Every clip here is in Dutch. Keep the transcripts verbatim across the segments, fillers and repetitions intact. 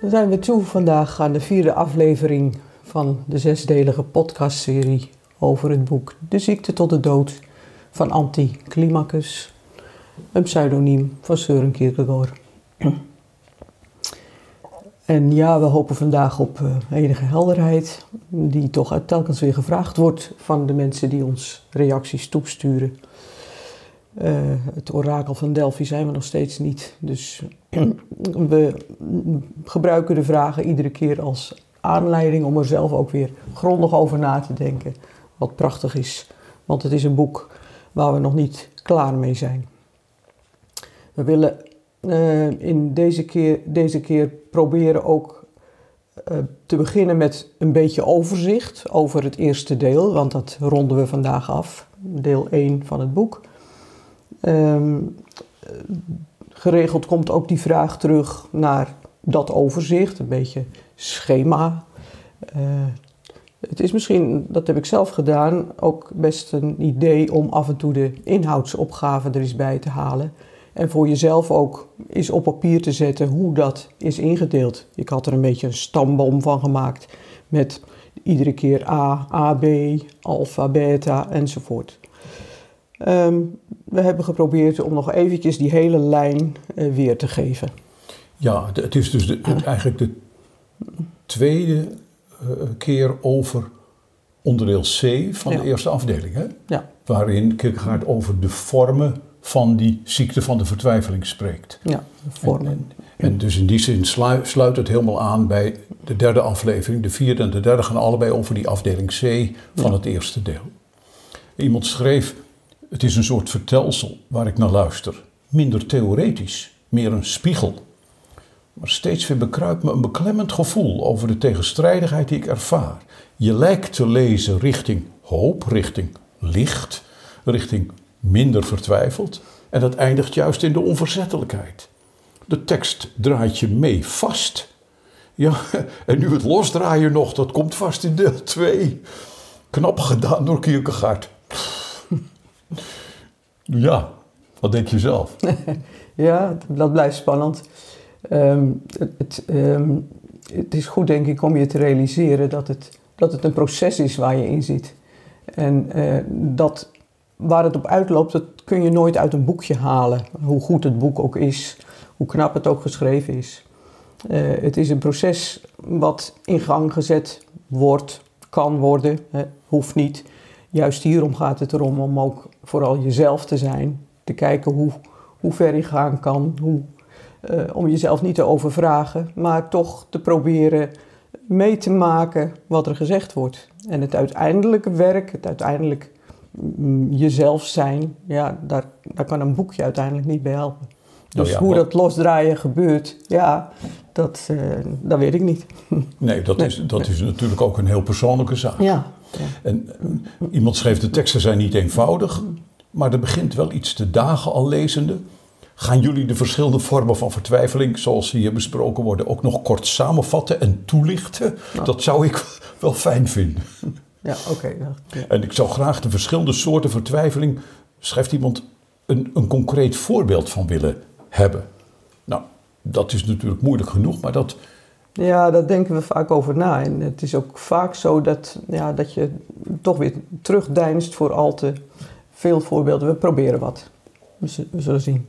Dan zijn we toe vandaag aan de vierde aflevering van de zesdelige podcastserie over het boek De ziekte tot de dood van Antti Climacus, een pseudoniem van Søren Kierkegaard. En ja, we hopen vandaag op uh, enige helderheid, die toch telkens weer gevraagd wordt van de mensen die ons reacties toesturen. Uh, het orakel van Delphi zijn we nog steeds niet, dus we gebruiken de vragen iedere keer als aanleiding om er zelf ook weer grondig over na te denken, wat prachtig is, want het is een boek waar we nog niet klaar mee zijn. We willen uh, in deze keer, deze keer proberen ook uh, te beginnen met een beetje overzicht over het eerste deel, want dat ronden we vandaag af, deel één van het boek. Um, geregeld komt ook die vraag terug naar dat overzicht, een beetje schema. Uh, het is misschien, dat heb ik zelf gedaan, ook best een idee om af en toe de inhoudsopgave er eens bij te halen. En voor jezelf ook eens op papier te zetten hoe dat is ingedeeld. Ik had er een beetje een stamboom van gemaakt met iedere keer A, A, B, alfa, beta enzovoort. Um, we hebben geprobeerd om nog eventjes die hele lijn uh, weer te geven. Ja, het is dus de, het, eigenlijk de tweede uh, keer over onderdeel C van ja. de eerste afdeling. Hè? Ja. Waarin Kierkegaard over de vormen van die ziekte van de vertwijfeling spreekt. Ja, de vormen. En, en, en dus in die zin sluit, sluit het helemaal aan bij de derde aflevering. De vierde en de derde gaan allebei over die afdeling C van ja. het eerste deel. Iemand schreef: het is een soort vertelsel waar ik naar luister. Minder theoretisch, meer een spiegel. Maar steeds weer bekruipt me een beklemmend gevoel over de tegenstrijdigheid die ik ervaar. Je lijkt te lezen richting hoop, richting licht, richting minder vertwijfeld. En dat eindigt juist in de onverzettelijkheid. De tekst draait je mee vast. Ja, en nu het losdraaien nog, dat komt vast in deel twee. Knap gedaan door Kierkegaard. Ja, wat denk je zelf? Ja, dat blijft spannend. Um, het, het, um, het is goed, denk ik, om je te realiseren dat het, dat het een proces is waar je in zit. En uh, dat waar het op uitloopt, dat kun je nooit uit een boekje halen. Hoe goed het boek ook is, hoe knap het ook geschreven is. Uh, het is een proces wat in gang gezet wordt, kan worden, hè, hoeft niet. Juist hierom gaat het erom om ook vooral jezelf te zijn. Te kijken hoe, hoe ver je gaan kan. Hoe, uh, om jezelf niet te overvragen. Maar toch te proberen mee te maken wat er gezegd wordt. En het uiteindelijke werk, het uiteindelijk mm, jezelf zijn. Ja, daar, daar kan een boekje uiteindelijk niet bij helpen. Dus oh ja, hoe dat losdraaien gebeurt, ja, dat, uh, dat weet ik niet. Nee, dat, nee, is, dat nee. is natuurlijk ook een heel persoonlijke zaak. Ja. Ja. En uh, iemand schreef: de teksten zijn niet eenvoudig, maar er begint wel iets te dagen al lezende. Gaan jullie de verschillende vormen van vertwijfeling, zoals ze hier besproken worden, ook nog kort samenvatten en toelichten? Nou. Dat zou ik wel fijn vinden. Ja, oké. Okay, ja. Ja. En ik zou graag de verschillende soorten vertwijfeling, schrijft iemand, een, een concreet voorbeeld van willen hebben. Nou, dat is natuurlijk moeilijk genoeg, maar dat... Ja, daar denken we vaak over na. En het is ook vaak zo dat, ja, dat je toch weer terugdeinst voor al te veel voorbeelden. We proberen wat. We, we zullen zien.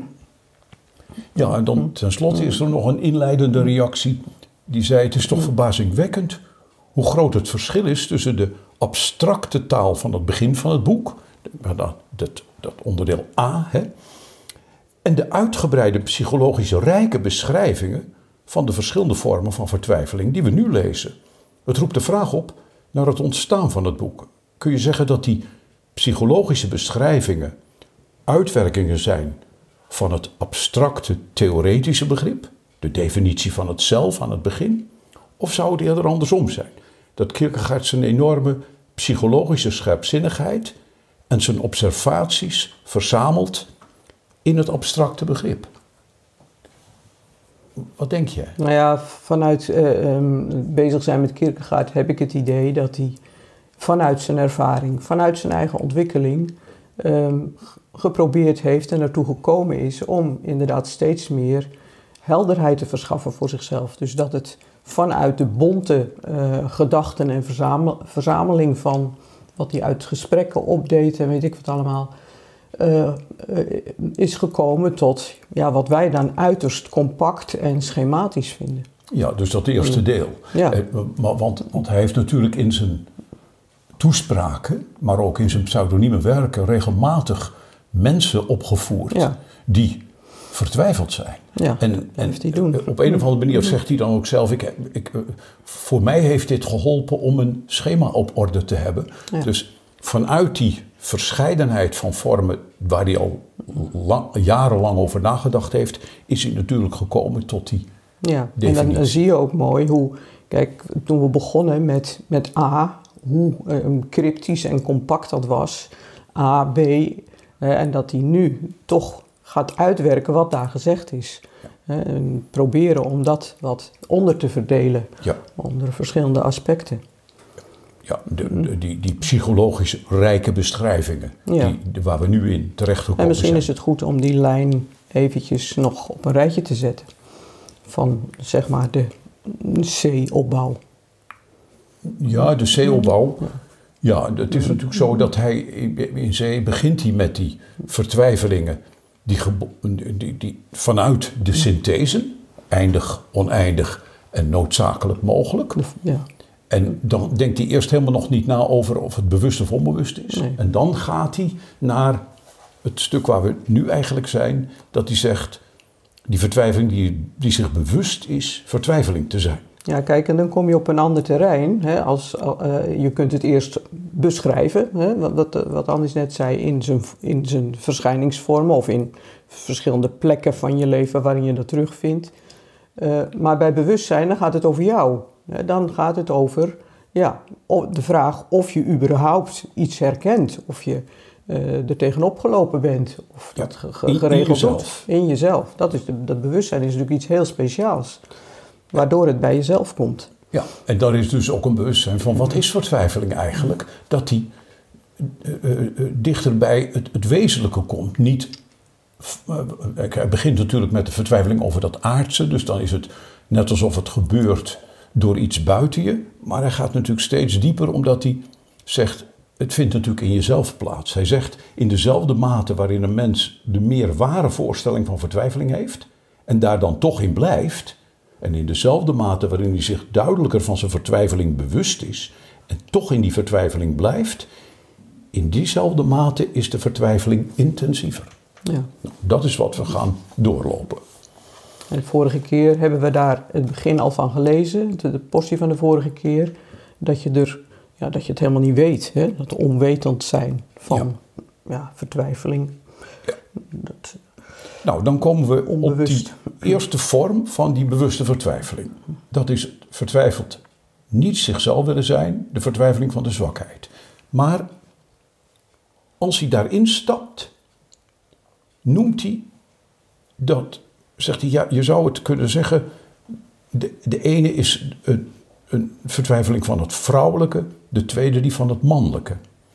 Ja, en dan tenslotte is er nog een inleidende reactie. Die zei: het is toch verbazingwekkend hoe groot het verschil is tussen de abstracte taal van het begin van het boek, dat, dat, dat onderdeel A, hè, en de uitgebreide psychologische rijke beschrijvingen van de verschillende vormen van vertwijfeling die we nu lezen. Het roept de vraag op naar het ontstaan van het boek. Kun je zeggen dat die psychologische beschrijvingen uitwerkingen zijn van het abstracte theoretische begrip, de definitie van het zelf aan het begin? Of zou het eerder andersom zijn? Dat Kierkegaard zijn enorme psychologische scherpzinnigheid en zijn observaties verzamelt in het abstracte begrip. Wat denk jij? Nou ja, vanuit uh, um, bezig zijn met Kierkegaard heb ik het idee dat hij vanuit zijn ervaring, vanuit zijn eigen ontwikkeling um, geprobeerd heeft en ertoe gekomen is om inderdaad steeds meer helderheid te verschaffen voor zichzelf. Dus dat het vanuit de bonte uh, gedachten en verzamel, verzameling van wat hij uit gesprekken opdeed en weet ik wat allemaal, uh, uh, is gekomen tot ja, wat wij dan uiterst compact en schematisch vinden. Ja, dus dat eerste deel. Ja. Eh, want, want hij heeft natuurlijk in zijn toespraken, maar ook in zijn pseudonieme werken regelmatig mensen opgevoerd Ja. die vertwijfeld zijn. Ja, en dat en heeft hij doen. op een of andere manier zegt hij dan ook zelf, ik, ik, voor mij heeft dit geholpen om een schema op orde te hebben. Ja. Dus vanuit die verscheidenheid van vormen waar hij al lang, jarenlang over nagedacht heeft, is hij natuurlijk gekomen tot die Ja, definitie. en dan, dan zie je ook mooi hoe, kijk, toen we begonnen met, met A, hoe uh, cryptisch en compact dat was, A, B, uh, en dat hij nu toch gaat uitwerken wat daar gezegd is. Ja. Uh, en proberen om dat wat onder te verdelen, Ja. onder verschillende aspecten. Ja, de, de, die, die psychologisch rijke beschrijvingen Ja. die, de, waar we nu in terechtgekomen En misschien zijn. is het goed om die lijn eventjes nog op een rijtje te zetten. Van, zeg maar, de C-opbouw. Ja, de C-opbouw. Ja, het is natuurlijk zo dat hij in C begint hij met die vertwijfelingen die, gebo- die, die vanuit de synthese, eindig, oneindig en noodzakelijk mogelijk. Ja. En dan denkt hij eerst helemaal nog niet na over of het bewust of onbewust is. Nee. En dan gaat hij naar het stuk waar we nu eigenlijk zijn, dat hij zegt, die vertwijfeling die, die zich bewust is, vertwijfeling te zijn. Ja, kijk, en dan kom je op een ander terrein. Hè, als, uh, je kunt het eerst beschrijven, hè, wat, wat Andries net zei, in zijn, in zijn verschijningsvormen of in verschillende plekken van je leven waarin je dat terugvindt. Uh, maar bij bewustzijn, dan gaat het over jou. Hè, dan gaat het over ja, de vraag of je überhaupt iets herkent, of je uh, er tegenop gelopen bent, of Ja, dat ge- ge- in- in geregeld wordt. jezelf. In jezelf. Dat, is de, dat bewustzijn is natuurlijk iets heel speciaals. Waardoor het bij jezelf komt. Ja, en daar is dus ook een bewustzijn van wat is vertwijfeling eigenlijk? Dat die uh, uh, uh, dichter bij het, het wezenlijke komt. Niet, uh, hij begint natuurlijk met de vertwijfeling over dat aardse. Dus dan is het net alsof het gebeurt door iets buiten je. Maar hij gaat natuurlijk steeds dieper omdat hij zegt, het vindt natuurlijk in jezelf plaats. Hij zegt, in dezelfde mate waarin een mens de meer ware voorstelling van vertwijfeling heeft en daar dan toch in blijft, en in dezelfde mate waarin hij zich duidelijker van zijn vertwijfeling bewust is en toch in die vertwijfeling blijft, in diezelfde mate is de vertwijfeling intensiever. Ja. Nou, dat is wat we gaan doorlopen. En de vorige keer hebben we daar het begin al van gelezen, de, de portie van de vorige keer, dat je, er, ja, dat je het helemaal niet weet. Hè? Dat onwetend zijn van ja. Ja, vertwijfeling. Ja. Dat, Nou, dan komen we onbewust. op die eerste vorm van die bewuste vertwijfeling. Dat is vertwijfeld niet zichzelf willen zijn, de vertwijfeling van de zwakheid. Maar als hij daarin stapt, noemt hij dat, zegt hij, ja, je zou het kunnen zeggen, de, de ene is een, een vertwijfeling van het vrouwelijke, de tweede die van het mannelijke.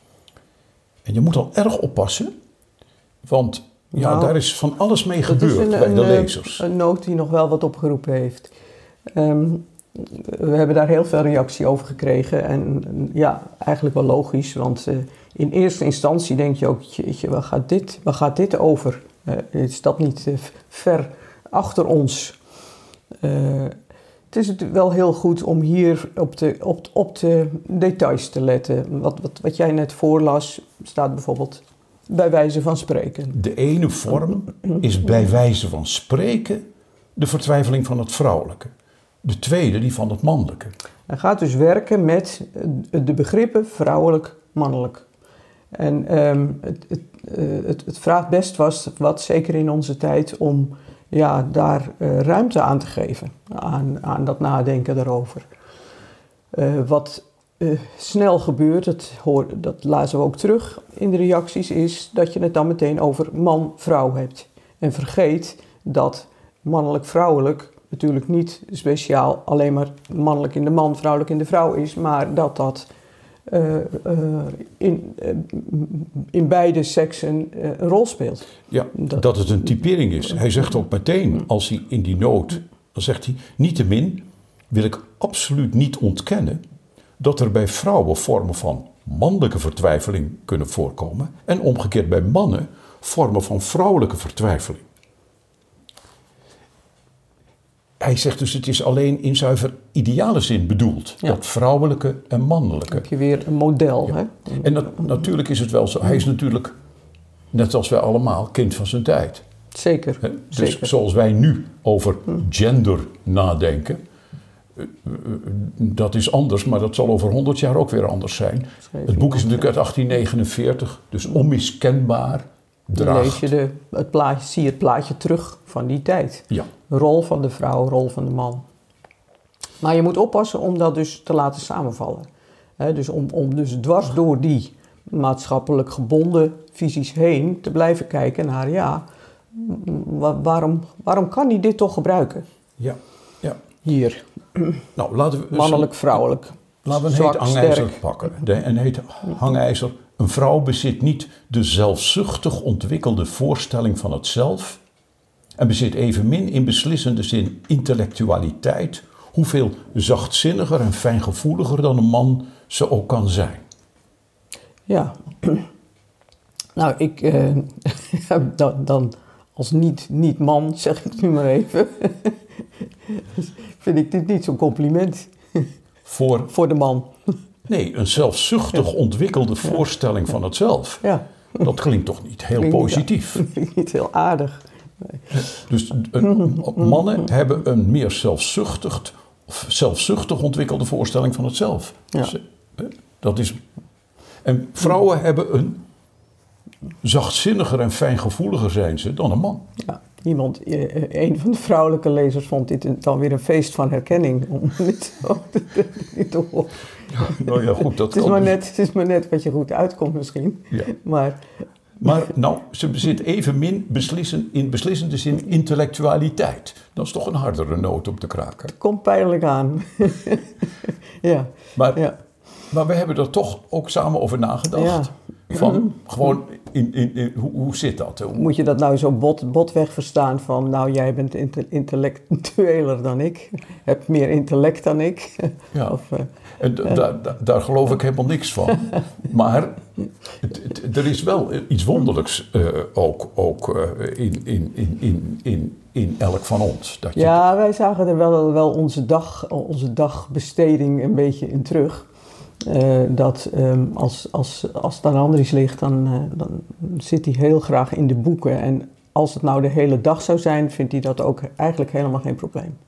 En je moet al erg oppassen, want ja, nou, daar is van alles mee gebeurd een, bij een, de lezers. Een noot die nog wel wat opgeroepen heeft. Um, we hebben daar heel veel reactie over gekregen. En ja, eigenlijk wel logisch. Want uh, in eerste instantie denk je ook, jeetje, waar gaat dit, waar gaat dit over? Uh, is dat niet uh, ver achter ons? Uh, het is natuurlijk wel heel goed om hier op de, op, op de details te letten. Wat, wat, wat jij net voorlas, staat bijvoorbeeld bij wijze van spreken. De ene vorm is bij wijze van spreken de vertwijfeling van het vrouwelijke. De tweede die van het mannelijke. Hij gaat dus werken met de begrippen vrouwelijk, mannelijk. En um, het, het, het, het vraagt best was, wat, zeker in onze tijd, om ja, daar uh, ruimte aan te geven. Aan, aan dat nadenken daarover. Uh, wat uh, snel gebeurt, dat, hoor, dat lazen we ook terug in de reacties, is dat je het dan meteen over man-vrouw hebt. En vergeet dat mannelijk-vrouwelijk natuurlijk niet speciaal alleen maar mannelijk in de man, vrouwelijk in de vrouw is, maar dat dat uh, uh, in, uh, in beide seksen uh, een rol speelt. Ja, dat, dat het een typering is. Hij zegt ook meteen, als hij in die nood, dan zegt hij, niettemin wil ik absoluut niet ontkennen dat er bij vrouwen vormen van mannelijke vertwijfeling kunnen voorkomen en omgekeerd bij mannen vormen van vrouwelijke vertwijfeling. Hij zegt dus, het is alleen in zuiver ideale zin bedoeld. Ja. Dat vrouwelijke en mannelijke. Dan heb je weer een model. Ja. Hè? En dat, natuurlijk is het wel zo. Hij is natuurlijk, net als wij allemaal, kind van zijn tijd. Zeker. He? Dus Zeker. Zoals wij nu over gender nadenken. Dat is anders, maar dat zal over honderd jaar ook weer anders zijn. Het boek is natuurlijk uit achttien negenenveertig, dus onmiskenbaar. Dan lees je de, het plaatje, zie je het plaatje terug van die tijd. Ja. Rol van de vrouw, rol van de man. Maar je moet oppassen om dat dus te laten samenvallen. He, dus om, om dus dwars door die maatschappelijk gebonden visies heen te blijven kijken naar, ja, waarom, waarom kan hij dit toch gebruiken? Ja, ja. Hier. Nou, laten we, mannelijk, vrouwelijk. Laten we een zwak, heet hangijzer sterk. pakken. De, een heet hangijzer. Een vrouw bezit niet de zelfzuchtig ontwikkelde voorstelling van het zelf en bezit evenmin in beslissende zin intellectualiteit, hoeveel zachtzinniger en fijngevoeliger dan een man ze ook kan zijn. Ja. Nou, ik, uh, dan, dan als niet, niet man, zeg ik nu maar even, vind ik dit niet zo'n compliment. Voor? Voor de man. Nee, een zelfzuchtig ja. ontwikkelde voorstelling ja. van het zelf. Ja. Dat klinkt toch niet heel klinkt positief? Niet, klinkt niet heel aardig. Nee. Dus een, mannen hebben een meer zelfzuchtig, of zelfzuchtig ontwikkelde voorstelling van het zelf. Ja. Dus, dat is, en vrouwen hebben een zachtzinniger en fijngevoeliger zijn ze dan een man. Ja. Iemand, een van de vrouwelijke lezers vond dit dan weer een feest van herkenning om dit zo te, te horen. Ja, nou ja, goed, dat het, is kan maar dus. net, het is maar net wat je goed uitkomt misschien. Ja. Maar, maar nou, ze bezit evenmin beslissen, in beslissende zin intellectualiteit. Dat is toch een hardere noot om te kraken. Het komt pijnlijk aan. ja. Maar, ja. maar we hebben er toch ook samen over nagedacht. Ja. Van gewoon, in, in, in, hoe, hoe zit dat? Hoe... Moet je dat nou zo bot, botweg verstaan van, nou jij bent intellectueler dan ik, hebt meer intellect dan ik? Ja, of, uh, en d- uh, da, da, daar geloof ik helemaal niks van. Maar het, het, er is wel iets wonderlijks uh, ook, ook uh, in, in, in, in, in, in elk van ons. Dat je ja, d- wij zagen er wel, wel onze, dag, onze dagbesteding een beetje in terug. Uh, dat um, als, als, als het aan Andries ligt, dan, uh, dan zit hij heel graag in de boeken. En als het nou de hele dag zou zijn, vindt hij dat ook eigenlijk helemaal geen probleem.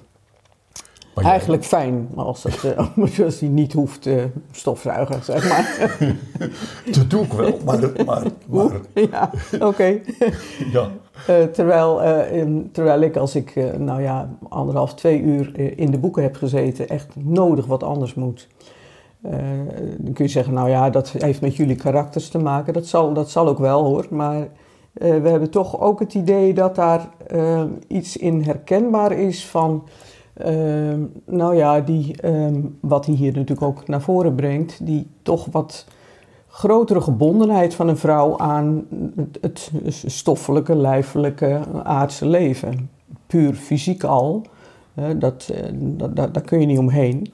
Maar jij... Eigenlijk fijn, als, het, uh, als hij niet hoeft uh, stofzuigen, zeg maar. Dat doe ik wel, maar... maar, maar... Ja, oké. Okay. Ja. Uh, terwijl, uh, in, terwijl ik als ik, uh, nou ja, anderhalf, twee uur uh, in de boeken heb gezeten, echt nodig wat anders moet. Uh, dan kun je zeggen, nou ja, dat heeft met jullie karakters te maken. Dat zal, dat zal ook wel hoor, maar uh, we hebben toch ook het idee dat daar uh, iets in herkenbaar is van, uh, nou ja, die, um, wat hij hier natuurlijk ook naar voren brengt, die toch wat grotere gebondenheid van een vrouw aan het, het stoffelijke, lijfelijke, aardse leven. Puur fysiek al, uh, dat, uh, dat, dat, daar kun je niet omheen.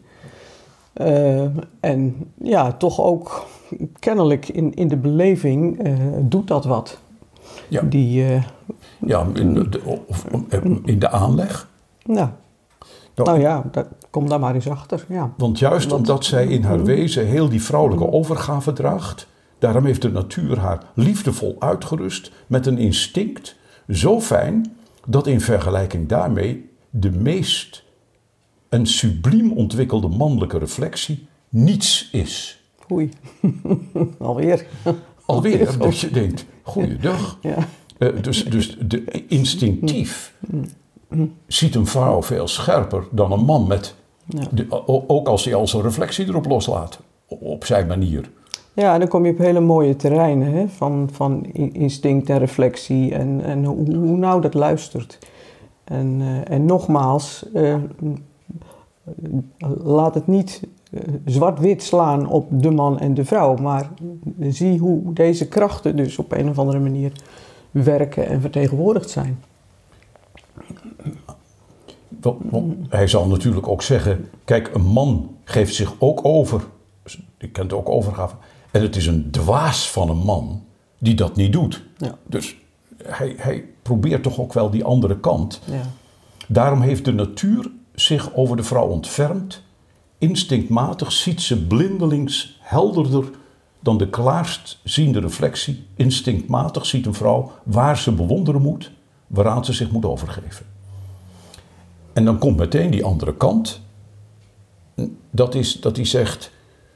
Uh, en ja, toch ook kennelijk in, in de beleving uh, doet dat wat. Ja, Die, uh, ja in, de, of, in de aanleg. Ja. Nou, nou ja, dat, kom daar maar eens achter. Ja. Want juist wat, omdat zij in haar wezen heel die vrouwelijke overgave draagt, daarom heeft de natuur haar liefdevol uitgerust met een instinct zo fijn dat in vergelijking daarmee de meest een subliem ontwikkelde mannelijke reflectie niets is. Oei, alweer. Alweer, dat je denkt, goeiedag. Ja. Uh, dus, dus de, instinctief ziet een vrouw veel scherper dan een man, met ja. de, ook als hij al zijn reflectie erop loslaat, op zijn manier. Ja, en dan kom je op hele mooie terreinen, hè, van, van instinct en reflectie en, en hoe, hoe nou dat luistert. En, uh, en nogmaals, uh, laat het niet zwart-wit slaan op de man en de vrouw. Maar zie hoe deze krachten dus op een of andere manier werken en vertegenwoordigd zijn. Hij zal natuurlijk ook zeggen, kijk, een man geeft zich ook over. Je kent ook overgave. En het is een dwaas van een man die dat niet doet. Ja. Dus hij, hij probeert toch ook wel die andere kant. Ja. Daarom heeft de natuur zich over de vrouw ontfermd. Instinctmatig ziet ze blindelings helderder dan de klaarst ziende reflectie. Instinctmatig ziet een vrouw waar ze bewonderen moet, waaraan ze zich moet overgeven. En dan komt meteen die andere kant. Dat is dat hij zegt,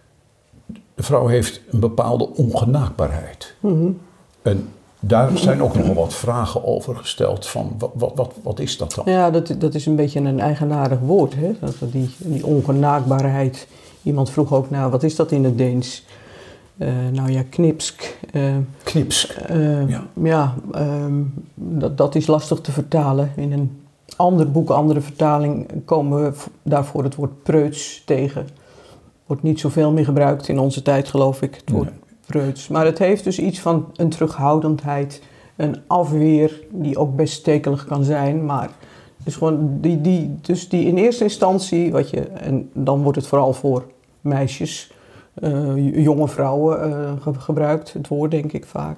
de vrouw heeft een bepaalde ongenaakbaarheid. Mm-hmm. En daar zijn ook nog wel wat vragen over gesteld van wat, wat, wat, wat is dat dan? Ja, dat, dat is een beetje een eigenaardig woord, hè? Dat, die, die ongenaakbaarheid. Iemand vroeg ook, nou, wat is dat in het Deens? Uh, nou ja, knipsk. Uh, knipsk, uh, ja. Ja, um, dat, dat is lastig te vertalen. In een ander boek, andere vertaling, komen we daarvoor het woord preuts tegen. Wordt niet zoveel meer gebruikt in onze tijd, geloof ik, het woord nee. preuts. Maar het heeft dus iets van een terughoudendheid, een afweer die ook best stekelig kan zijn. Maar dus gewoon die, die, dus die in eerste instantie, wat je, en dan wordt het vooral voor meisjes, uh, jonge vrouwen uh, ge- gebruikt, het woord denk ik vaak.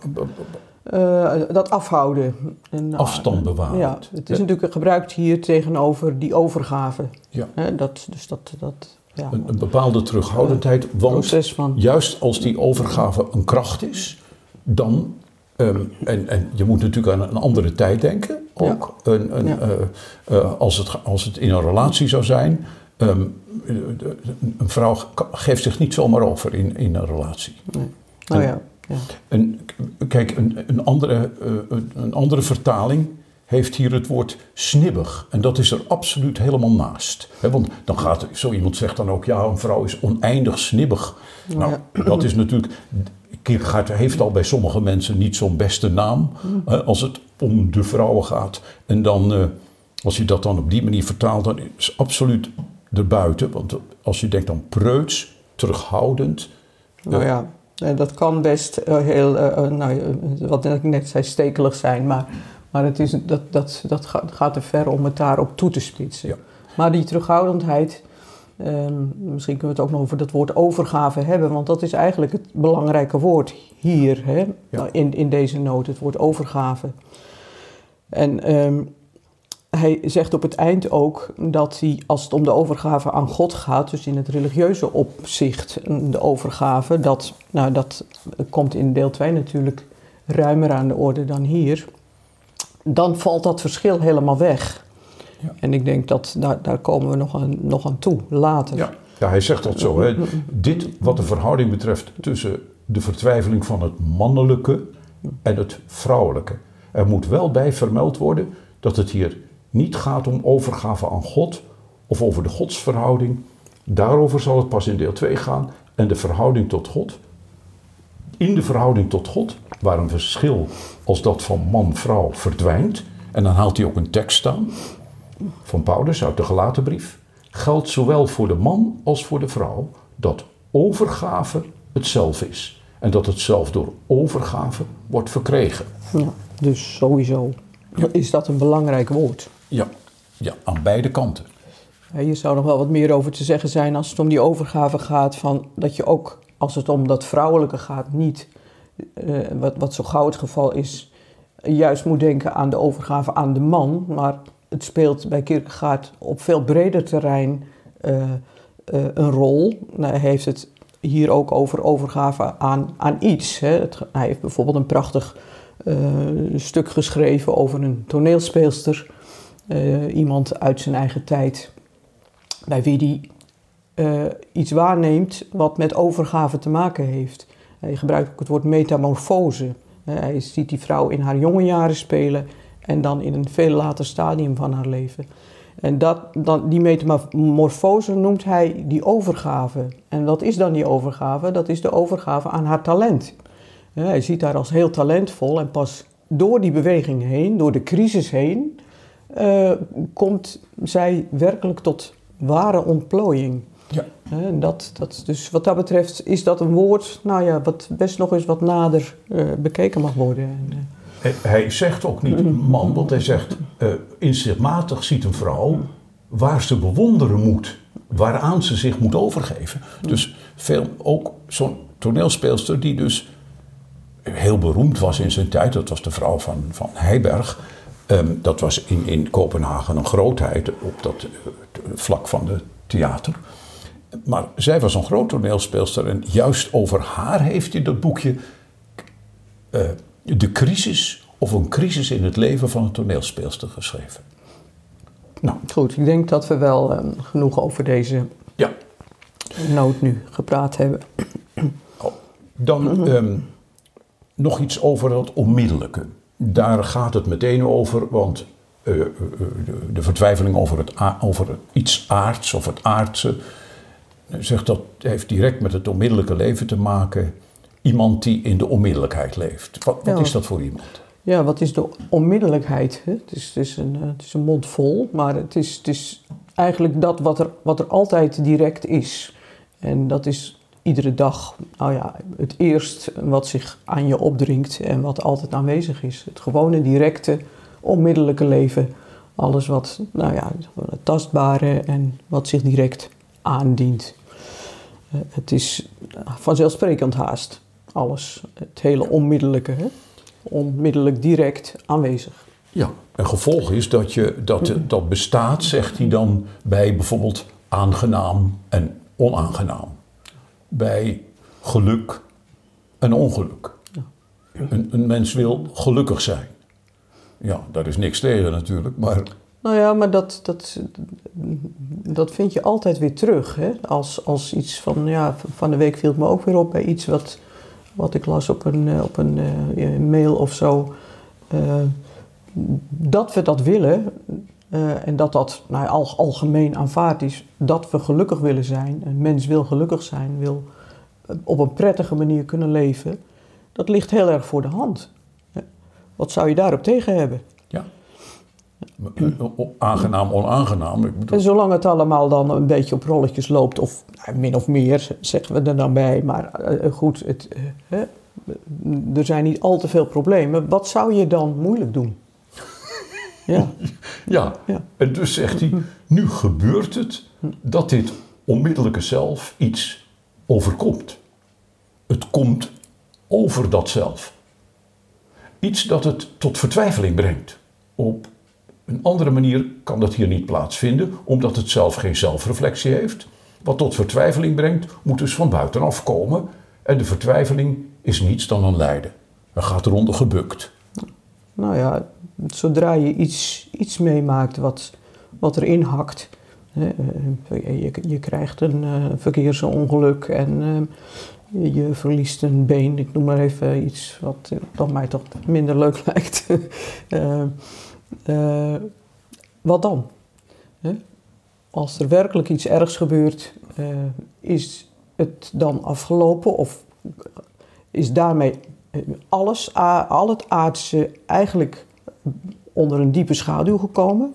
Uh, dat afhouden. En, uh, Afstand bewaren. Ja, het is ja. natuurlijk gebruikt hier tegenover die overgave. Ja. He, dat, dus dat... dat ja, een, een bepaalde terughoudendheid, uh, want van. juist als die overgave een kracht is, dan, um, en, en je moet natuurlijk aan een andere tijd denken, ook, ja. een, een, ja. uh, uh, als, het, als het in een relatie zou zijn, um, een vrouw geeft zich niet zomaar over in, in een relatie. Nee. Nou en, ja. Ja. En kijk, een, een, andere, uh, een andere vertaling heeft hier het woord snibbig. En dat is er absoluut helemaal naast. He, want dan gaat, zo iemand zegt dan ook, ja, een vrouw is oneindig snibbig. Ja. Nou, dat is natuurlijk, Kierkegaard heeft al bij sommige mensen niet zo'n beste naam, mm. uh, als het om de vrouwen gaat. En dan, uh, als je dat dan op die manier vertaalt, dan is het absoluut erbuiten. Want als je denkt aan preuts, terughoudend. Nou uh, ja. Dat kan best uh, heel, uh, nou, uh, wat ik net zei, stekelig zijn, maar, maar het is, dat, dat, dat gaat te ver om het daarop toe te spitsen. Ja. Maar die terughoudendheid, um, misschien kunnen we het ook nog over dat woord overgave hebben, want dat is eigenlijk het belangrijke woord hier, hè, ja. in, in deze noot, het woord overgave. En um, hij zegt op het eind ook dat hij, als het om de overgave aan God gaat, dus in het religieuze opzicht, de overgave, dat, nou, dat komt in deel twee natuurlijk ruimer aan de orde dan hier, dan valt dat verschil helemaal weg. Ja. En ik denk dat daar, daar komen we nog aan, nog aan toe, later. Ja. Ja, hij zegt dat zo. Hè. Dit wat de verhouding betreft tussen de vertwijfeling van het mannelijke en het vrouwelijke. Er moet wel bij vermeld worden dat het hier niet gaat om overgave aan God of over de godsverhouding. Daarover zal het pas in deel twee gaan. En de verhouding tot God. In de verhouding tot God, waar een verschil als dat van man-vrouw verdwijnt. En dan haalt hij ook een tekst aan van Paulus uit de Galatenbrief. Geldt zowel voor de man als voor de vrouw dat overgave het zelf is. En dat het zelf door overgave wordt verkregen. Ja, dus sowieso ja. is dat een belangrijk woord. Ja, ja, aan beide kanten. Ja, hier zou nog wel wat meer over te zeggen zijn als het om die overgave gaat. Van dat je ook, als het om dat vrouwelijke gaat, niet, uh, wat, wat zo gauw het geval is, juist moet denken aan de overgave aan de man. Maar het speelt bij Kierkegaard op veel breder terrein uh, uh, een rol. Nou, hij heeft het hier ook over overgave aan, aan iets. Hè. Het, hij heeft bijvoorbeeld een prachtig uh, stuk geschreven over een toneelspeelster. Uh, iemand uit zijn eigen tijd, bij wie hij uh, iets waarneemt wat met overgave te maken heeft. Hij gebruikt ook het woord metamorfose. Uh, hij ziet die vrouw in haar jonge jaren spelen en dan in een veel later stadium van haar leven. En dat, dan, die metamorfose noemt hij die overgave. En wat is dan die overgave? Dat is de overgave aan haar talent. Uh, hij ziet haar als heel talentvol en pas door die beweging heen, door de crisis heen, Uh, komt zij werkelijk tot ware ontplooiing. Ja. En dat, dat, dus wat dat betreft is dat een woord, nou ja, wat best nog eens wat nader uh, bekeken mag worden. En, uh, hij, hij zegt ook niet man, want hij zegt uh, inzichtmatig ziet een vrouw waar ze bewonderen moet, waaraan ze zich moet overgeven. Dus veel, ook zo'n toneelspeelster die dus heel beroemd was in zijn tijd, dat was de vrouw van, van Heiberg. Um, dat was in, in Kopenhagen een grootheid op dat uh, vlak van de theater. Maar zij was een groot toneelspeelster en juist over haar heeft hij dat boekje uh, De crisis of een crisis in het leven van een toneelspeelster geschreven. Nou, goed, ik denk dat we wel uh, genoeg over deze ja. noot nu gepraat hebben. Oh, dan um, nog iets over dat onmiddellijke. Daar gaat het meteen over, want uh, uh, de, de vertwijfeling over, het a- over het iets aards of het aardse, zegt dat heeft direct met het onmiddellijke leven te maken. Iemand die in de onmiddellijkheid leeft. Wat, wat ja. is dat voor iemand? Ja, wat is de onmiddellijkheid? Hè? Het, is, het, is een, het is een mond vol, maar het is, het is eigenlijk dat wat er, wat er altijd direct is. En dat is iedere dag, nou ja, het eerst wat zich aan je opdringt en wat altijd aanwezig is. Het gewone, directe, onmiddellijke leven. Alles wat, nou ja, het tastbare en wat zich direct aandient. Uh, het is vanzelfsprekend haast, alles. Het hele onmiddellijke, hè? Onmiddellijk direct aanwezig. Ja, een gevolg is dat je dat, dat bestaat, zegt hij dan, bij bijvoorbeeld aangenaam en onaangenaam. Bij geluk en ongeluk. Ja. Een, een mens wil gelukkig zijn. Ja, daar is niks tegen natuurlijk, maar... Nou ja, maar dat, dat, dat vind je altijd weer terug. Hè? Als, als iets van, ja, van de week viel het me ook weer op bij iets wat, wat ik las op een, op een uh, mail of zo. Uh, dat we dat willen uh, en dat dat nou ja, al, algemeen aanvaard is, dat we gelukkig willen zijn. Een mens wil gelukkig zijn, wil op een prettige manier kunnen leven. Dat ligt heel erg voor de hand. Wat zou je daarop tegen hebben? Ja. Aangenaam, onaangenaam. Ik bedoel... En zolang het allemaal dan een beetje op rolletjes loopt, of nou, min of meer, zeggen we er dan bij. Maar uh, goed, het, uh, uh, er zijn niet al te veel problemen. Wat zou je dan moeilijk doen? Ja. Ja, ja, en dus zegt hij, nu gebeurt het dat dit onmiddellijke zelf iets overkomt. Het komt over dat zelf. Iets dat het tot vertwijfeling brengt. Op een andere manier kan dat hier niet plaatsvinden, omdat het zelf geen zelfreflectie heeft. Wat tot vertwijfeling brengt, moet dus van buitenaf komen. En de vertwijfeling is niets dan een lijden. Er gaat eronder gebukt. Nou ja, zodra je iets, iets meemaakt wat, wat erin hakt. Je, je krijgt een uh, verkeersongeluk en uh, je verliest een been. Ik noem maar even iets wat uh, mij toch minder leuk lijkt. uh, uh, wat dan? Huh? Als er werkelijk iets ergs gebeurt, uh, is het dan afgelopen? Of is daarmee alles, al het aardse eigenlijk onder een diepe schaduw gekomen?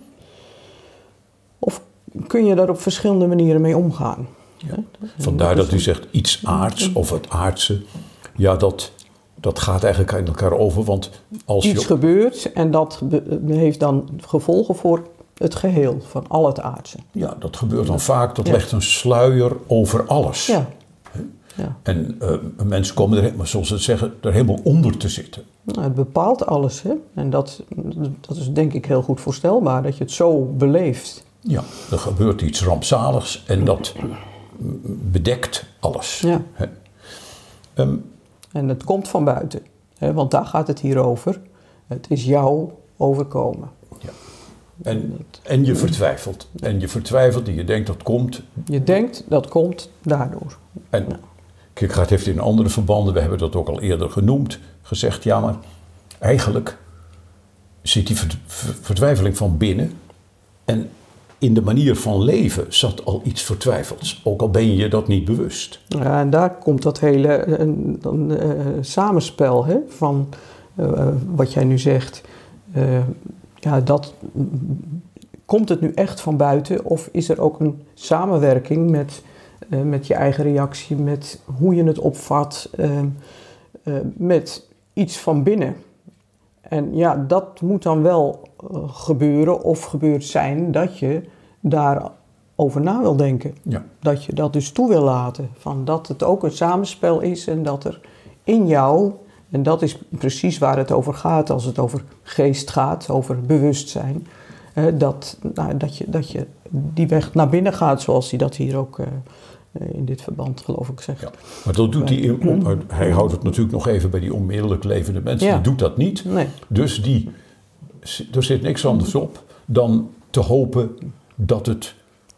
Of kun je daar op verschillende manieren mee omgaan? Ja. Vandaar dat u zegt iets aards of het aardse. Ja, dat, dat gaat eigenlijk aan elkaar over. Want als iets je... gebeurt en dat heeft dan gevolgen voor het geheel van al het aardse. Ja, dat gebeurt dan vaak. Dat ja. legt een sluier over alles. Ja. Ja. En uh, mensen komen er, zoals ze het zeggen, er helemaal onder te zitten. Nou, het bepaalt alles, hè? En dat, dat is denk ik heel goed voorstelbaar, dat je het zo beleeft. Ja, er gebeurt iets rampzaligs en dat bedekt alles. Ja. Hè? Um, en het komt van buiten, hè? Want daar gaat het hier over. Het is jou overkomen. Ja. En, en je vertwijfelt. En je vertwijfelt en je denkt dat komt. Je denkt dat komt daardoor. En ja. Kierkegaard heeft in andere verbanden, we hebben dat ook al eerder genoemd, gezegd, ja, maar eigenlijk zit die vertwijfeling van binnen en in de manier van leven zat al iets vertwijfelds, ook al ben je je dat niet bewust. Ja, en daar komt dat hele uh, dan, uh, samenspel hè, van uh, wat jij nu zegt. Uh, ja, dat, komt het nu echt van buiten of is er ook een samenwerking met uh, met je eigen reactie, met hoe je het opvat, uh, uh, met iets van binnen. En ja, dat moet dan wel uh, gebeuren of gebeurd zijn dat je daarover na wil denken. Ja. Dat je dat dus toe wil laten. Van dat het ook een samenspel is en dat er in jou, en dat is precies waar het over gaat als het over geest gaat, over bewustzijn. Uh, dat, nou, dat, je, dat je die weg naar binnen gaat zoals hij dat hier ook uh, in dit verband geloof ik zegt. Ja, maar dat doet hij, in, hij houdt het natuurlijk nog even bij die onmiddellijk levende mensen, ja. Die doet dat niet. Nee. Dus die, er zit niks anders op dan te hopen dat het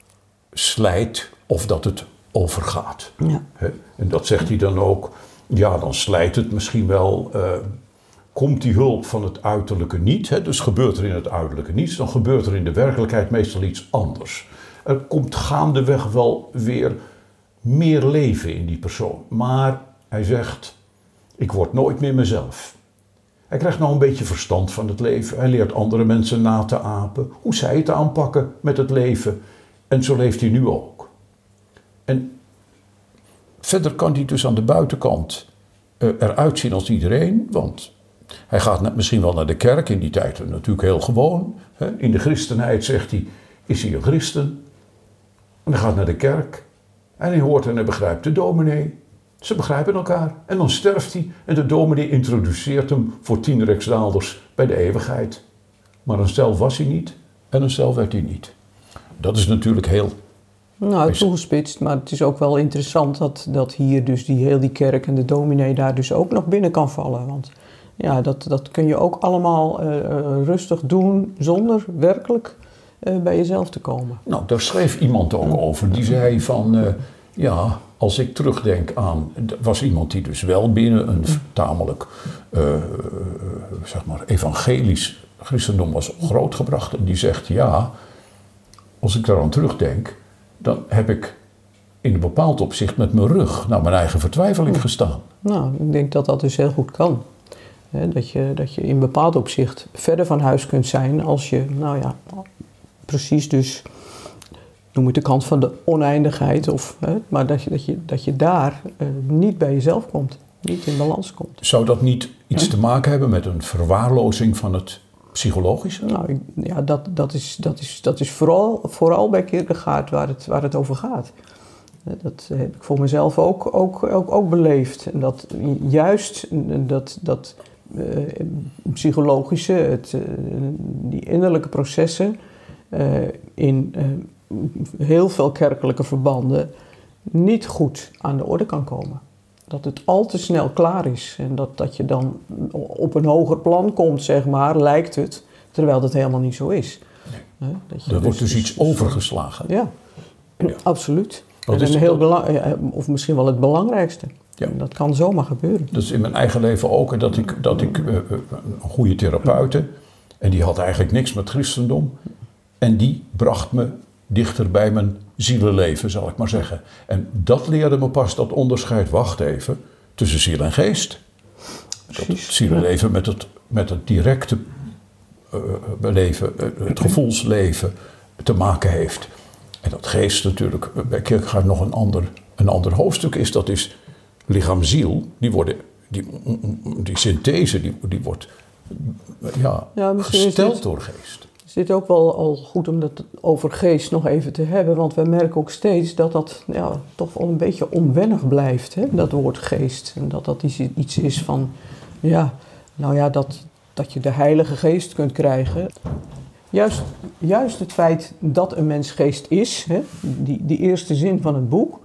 slijt of dat het overgaat. Ja. He? En dat zegt hij dan ook, ja dan slijt het misschien wel, uh, komt die hulp van het uiterlijke niet, he? Dus gebeurt er in het uiterlijke niets, dan gebeurt er in de werkelijkheid meestal iets anders. Er komt gaandeweg wel weer meer leven in die persoon. Maar hij zegt, ik word nooit meer mezelf. Hij krijgt nou een beetje verstand van het leven. Hij leert andere mensen na te apen. Hoe zij het aanpakken met het leven. En zo leeft hij nu ook. En verder kan hij dus aan de buitenkant uh, eruit zien als iedereen. Want hij gaat net misschien wel naar de kerk. In die tijd natuurlijk heel gewoon. Hè. In de christenheid zegt hij, is hij een christen. En hij gaat naar de kerk. En hij hoort en hij begrijpt de dominee. Ze begrijpen elkaar. En dan sterft hij. En de dominee introduceert hem voor tien rijksdaalders bij de eeuwigheid. Maar een stel was hij niet. En een stel werd hij niet. Dat is natuurlijk heel... Nou, toegespitst. Maar het is ook wel interessant dat, dat hier dus die, heel die kerk en de dominee daar dus ook nog binnen kan vallen. Want ja, dat, dat kun je ook allemaal uh, rustig doen zonder werkelijk uh, bij jezelf te komen. Nou, daar schreef iemand ook over. Die zei van, uh, ja, als ik terugdenk aan... Er was iemand die dus wel binnen een tamelijk, uh, zeg maar, evangelisch christendom was grootgebracht. En die zegt, ja, als ik daaraan terugdenk, dan heb ik in een bepaald opzicht met mijn rug naar mijn eigen vertwijfeling gestaan. Nou, ik denk dat dat dus heel goed kan. He, dat, je, dat je in een bepaald opzicht verder van huis kunt zijn als je, nou ja, precies dus, noem het de kant van de oneindigheid, of, he, maar dat je, dat je, dat je daar uh, niet bij jezelf komt, niet in balans komt. Zou dat niet iets ja. te maken hebben met een verwaarlozing van het psychologische? Nou, ik, ja, dat, dat is, dat is, dat is vooral, vooral bij Kierkegaard waar het, waar het over gaat. Dat heb ik voor mezelf ook, ook, ook, ook beleefd. En dat juist dat, dat uh, psychologische, het, uh, die innerlijke processen uh, in uh, heel veel kerkelijke verbanden niet goed aan de orde kan komen. Dat het al te snel klaar is en dat, dat je dan op een hoger plan komt, zeg maar, lijkt het, terwijl dat helemaal niet zo is. Nee. Uh, dat je er dus, wordt dus, dus iets dus, overgeslagen. Ja, ja. Absoluut. Wat is een heel dat? belang, of misschien wel het belangrijkste. Ja. Dat kan zomaar gebeuren. Dat is in mijn eigen leven ook. Dat ik, dat ik uh, een goede therapeute, en die had eigenlijk niks met christendom. En die bracht me dichter bij mijn zielenleven, zal ik maar zeggen. En dat leerde me pas, dat onderscheid, wacht even, tussen ziel en geest. Dat het zielenleven met het, met het directe uh, leven, uh, het gevoelsleven te maken heeft. En dat geest natuurlijk bij Kierkegaard nog een ander, een ander hoofdstuk is. Dat is lichaam-ziel. Die worden, die, die synthese, die, die wordt ja, ja, gesteld dit, door geest. Is dit ook wel al goed om het over geest nog even te hebben? Want we merken ook steeds dat dat ja, toch wel een beetje onwennig blijft, hè? Dat woord geest. En dat dat iets is van, ja, nou ja, dat, dat je de Heilige Geest kunt krijgen. Juist, juist het feit dat een mens geest is, hè, die, die eerste zin van het boek,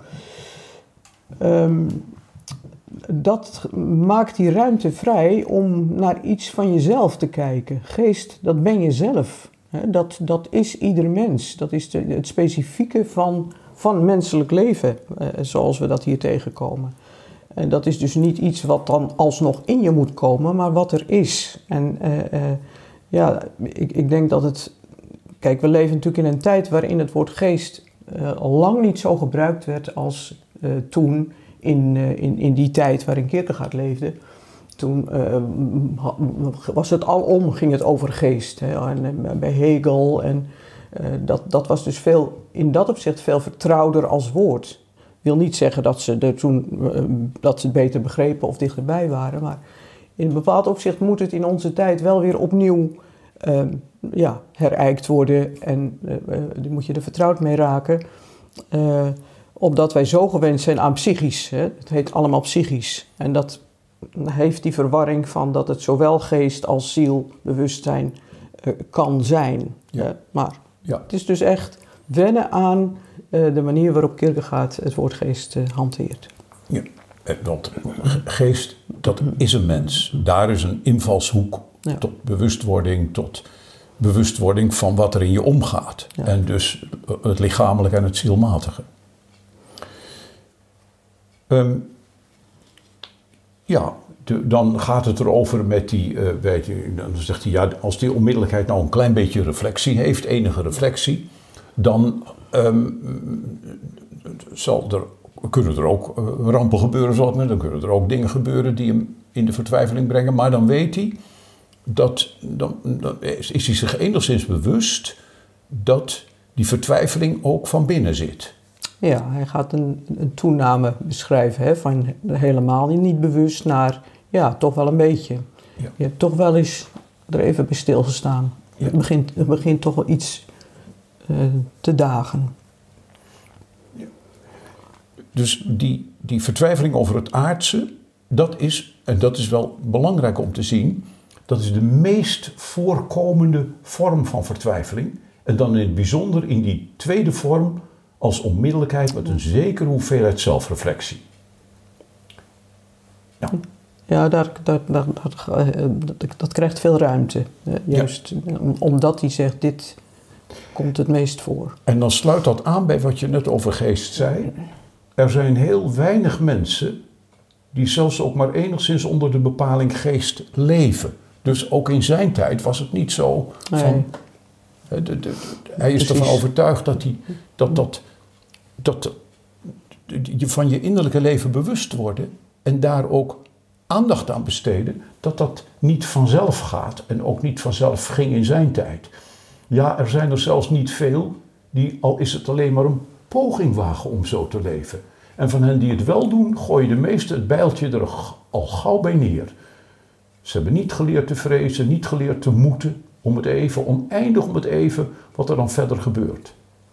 um, dat maakt die ruimte vrij om naar iets van jezelf te kijken. Geest, dat ben je zelf. Hè, dat, dat is ieder mens. Dat is de, het specifieke van, van menselijk leven, eh, zoals we dat hier tegenkomen. En dat is dus niet iets wat dan alsnog in je moet komen, maar wat er is. En uh, uh, ja, ik, ik denk dat het... Kijk, we leven natuurlijk in een tijd waarin het woord geest uh, al lang niet zo gebruikt werd als uh, toen in, uh, in, in die tijd waarin Kierkegaard leefde. Toen uh, was het alom, ging het over geest. Hè, en, uh, bij Hegel. En uh, dat, dat was dus veel, in dat opzicht veel vertrouwder als woord. wil niet zeggen dat ze, er toen, uh, dat ze het beter begrepen of dichterbij waren. Maar in een bepaald opzicht moet het in onze tijd wel weer opnieuw uh, ja, herijkt worden. En uh, uh, moet je er vertrouwd mee raken. Uh, omdat wij zo gewend zijn aan psychisch. Hè? Het heet allemaal psychisch. En dat heeft die verwarring van dat het zowel geest als ziel, bewustzijn uh, kan zijn. Ja. Uh, maar Ja. het is dus echt wennen aan uh, de manier waarop Kierkegaard het woord geest uh, hanteert. Ja. Want geest, dat is een mens. Daar is een invalshoek ja. tot bewustwording, tot bewustwording van wat er in je omgaat. Ja. En dus het lichamelijke en het zielmatige. Um, ja, de, dan gaat het erover met die, uh, weet je, dan zegt hij, ja, als die onmiddellijkheid nou een klein beetje reflectie heeft, enige reflectie, dan um, zal er, kunnen er ook uh, rampen gebeuren, zoals men, dan kunnen er ook dingen gebeuren die hem in de vertwijfeling brengen, maar dan weet hij, dat, dan, dan is, is hij zich enigszins bewust dat die vertwijfeling ook van binnen zit. Ja, hij gaat een, een toename beschrijven, hè, van helemaal niet bewust naar, ja, toch wel een beetje. Ja. Je hebt toch wel eens er even bij stilgestaan. Ja. Het, begint, het begint toch wel iets uh, te dagen. Ja. Dus die, die vertwijfeling over het aardse, dat is, en dat is wel belangrijk om te zien, dat is de meest voorkomende vorm van vertwijfeling. En dan in het bijzonder in die tweede vorm, als onmiddellijkheid met een zekere hoeveelheid zelfreflectie. Nou. Ja, daar, daar, daar, dat, dat krijgt veel ruimte. Juist ja. Omdat hij zegt, dit komt het meest voor. En dan sluit dat aan bij wat je net over geest zei. Er zijn heel weinig mensen die zelfs ook maar enigszins onder de bepaling geest leven. Dus ook in zijn tijd was het niet zo van... Nee. De, de, de, hij is ervan overtuigd dat, hij, dat, dat, dat je van je innerlijke leven bewust worden en daar ook aandacht aan besteden, dat dat niet vanzelf gaat en ook niet vanzelf ging in zijn tijd. Ja, er zijn er zelfs niet veel die, al is het alleen maar een poging wagen om zo te leven. En van hen die het wel doen, gooien de meesten het bijltje er al gauw bij neer. Ze hebben niet geleerd te vrezen, niet geleerd te moeten, om het even, oneindig om het even, wat er dan verder gebeurt.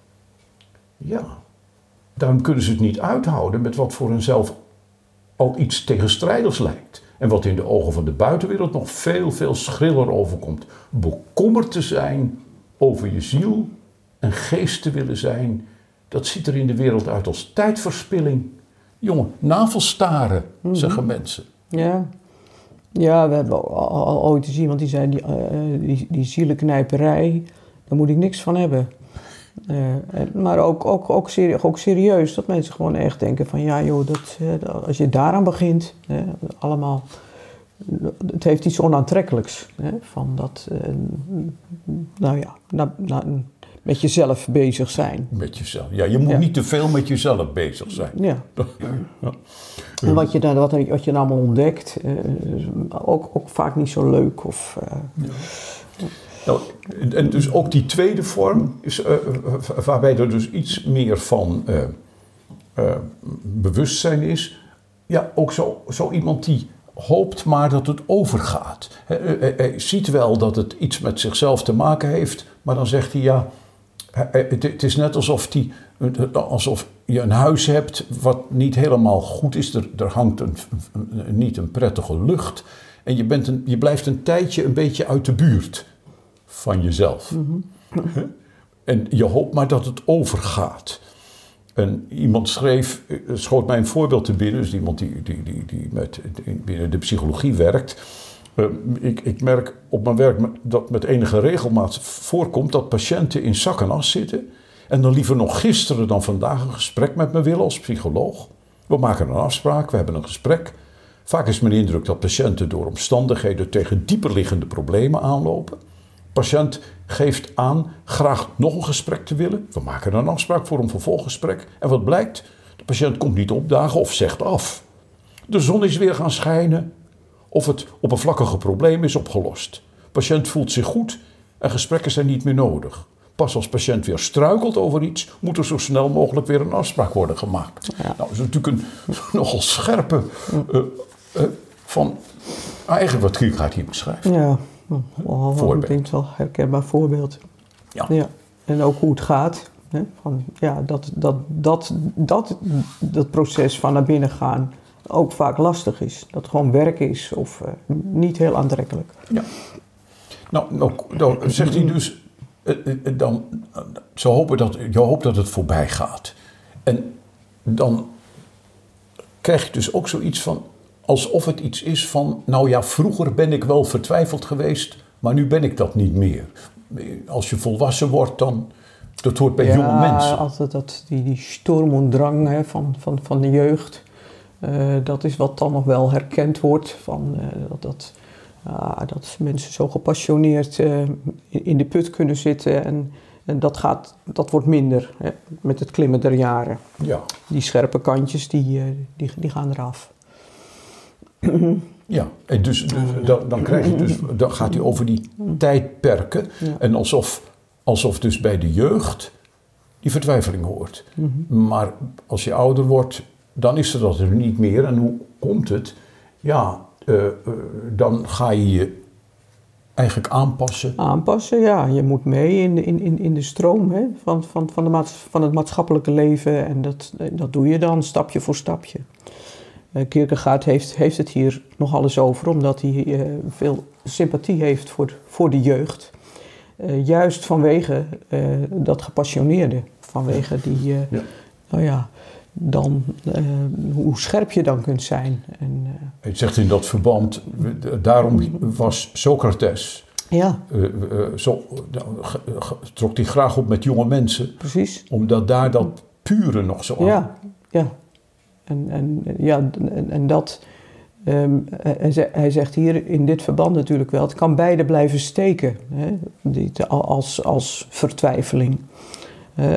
Ja, daarom kunnen ze het niet uithouden met wat voor henzelf al iets tegenstrijdigs lijkt. En wat in de ogen van de buitenwereld nog veel, veel schriller overkomt. Bekommerd te zijn over je ziel en geest te willen zijn, dat ziet er in de wereld uit als tijdverspilling. Jongen, navelstaren, mm-hmm. zeggen mensen. Ja. Ja, we hebben al, al ooit te zien, iemand die zei, die, uh, die, die zielenknijperij, daar moet ik niks van hebben. Uh, maar ook, ook, ook, serie, ook serieus, dat mensen gewoon echt denken van, ja joh, dat, uh, als je daaraan begint, uh, allemaal, het heeft iets onaantrekkelijks. Uh, van dat, uh, nou ja, na, na, met jezelf bezig zijn. Met jezelf, ja, je moet ja. niet te veel met jezelf bezig zijn. Ja. ja. En wat je, dan, wat, wat je dan allemaal ontdekt, uh, ook, ook vaak niet zo leuk. Of, uh, ja. Nou, en dus ook die tweede vorm, is, uh, waarbij er dus iets meer van uh, uh, bewustzijn is. Ja, ook zo, zo iemand die hoopt maar dat het overgaat. Hij, hij, hij ziet wel dat het iets met zichzelf te maken heeft, maar dan zegt hij ja, het, het is net alsof, die, alsof je een huis hebt wat niet helemaal goed is. Er, er hangt een, een, niet een prettige lucht en je, bent een, je blijft een tijdje een beetje uit de buurt van jezelf. Mm-hmm. En je hoopt maar dat het overgaat. En iemand schreef, schoot mij een voorbeeld te binnen, dus iemand die, die, die, die met, binnen de psychologie werkt. Uh, ik, ik merk op mijn werk dat met enige regelmaat voorkomt dat patiënten in zak en as zitten en dan liever nog gisteren dan vandaag een gesprek met me willen als psycholoog. We maken een afspraak, we hebben een gesprek. Vaak is mijn indruk dat patiënten door omstandigheden tegen dieperliggende problemen aanlopen. De patiënt geeft aan graag nog een gesprek te willen. We maken een afspraak voor een vervolggesprek. En wat blijkt? De patiënt komt niet opdagen of zegt af. De zon is weer gaan schijnen of het oppervlakkige probleem is opgelost. De patiënt voelt zich goed en gesprekken zijn niet meer nodig. Pas als patiënt weer struikelt over iets, moet er zo snel mogelijk weer een afspraak worden gemaakt. Ja. Nou, dat is natuurlijk een nogal scherpe uh, uh, van eigenlijk wat Kierkegaard hier beschrijft. Ja, well, ik denk wel een herkenbaar voorbeeld. Ja. Ja. En ook hoe het gaat. Hè? Van, ja, dat, dat, dat, dat, dat proces van naar binnen gaan ook vaak lastig is. Dat het gewoon werk is of uh, niet heel aantrekkelijk. Ja. Nou, nou, dan zegt hij dus, uh, uh, dan, uh, ze hopen dat, je hoopt dat het voorbij gaat. En dan krijg je dus ook zoiets van, alsof het iets is van, nou ja, vroeger ben ik wel vertwijfeld geweest, maar nu ben ik dat niet meer. Als je volwassen wordt, dan, dat hoort bij ja, jonge mensen. Ja, altijd dat, die, die storm en drang hè, van, van, van de jeugd. Uh, dat is wat dan nog wel herkend wordt. Van, uh, dat, dat, uh, dat mensen zo gepassioneerd uh, in, in de put kunnen zitten. En, en dat, gaat, dat wordt minder hè, met het klimmen der jaren. Ja. Die scherpe kantjes, die, uh, die, die gaan eraf. Ja, en dus, dus dan, dan, krijg je dus, dan gaat hij over die tijdperken. Ja. En alsof, alsof dus bij de jeugd die vertwijfeling hoort. Mm-hmm. Maar als je ouder wordt, dan is er dat er niet meer. En hoe komt het? Ja, uh, uh, dan ga je je eigenlijk aanpassen. Aanpassen, ja. Je moet mee in, in, in de stroom hè, van, van, van, de maats, van het maatschappelijke leven. En dat, dat doe je dan stapje voor stapje. Kierkegaard heeft, heeft het hier nogal eens over, omdat hij uh, veel sympathie heeft voor, voor de jeugd. Uh, juist vanwege uh, dat gepassioneerde, vanwege die, uh, ja. nou ja, dan, uh, hoe scherp je dan kunt zijn. En, uh, het zegt in dat verband, daarom was Socrates, ja. uh, uh, zo, uh, trok hij graag op met jonge mensen. Precies. Omdat daar dat pure nog zo aan. Ja, ja. En, en, ja, en, en dat, um, hij zegt hier in dit verband natuurlijk wel, het kan beide blijven steken, hè, dit, als, als vertwijfeling. Uh,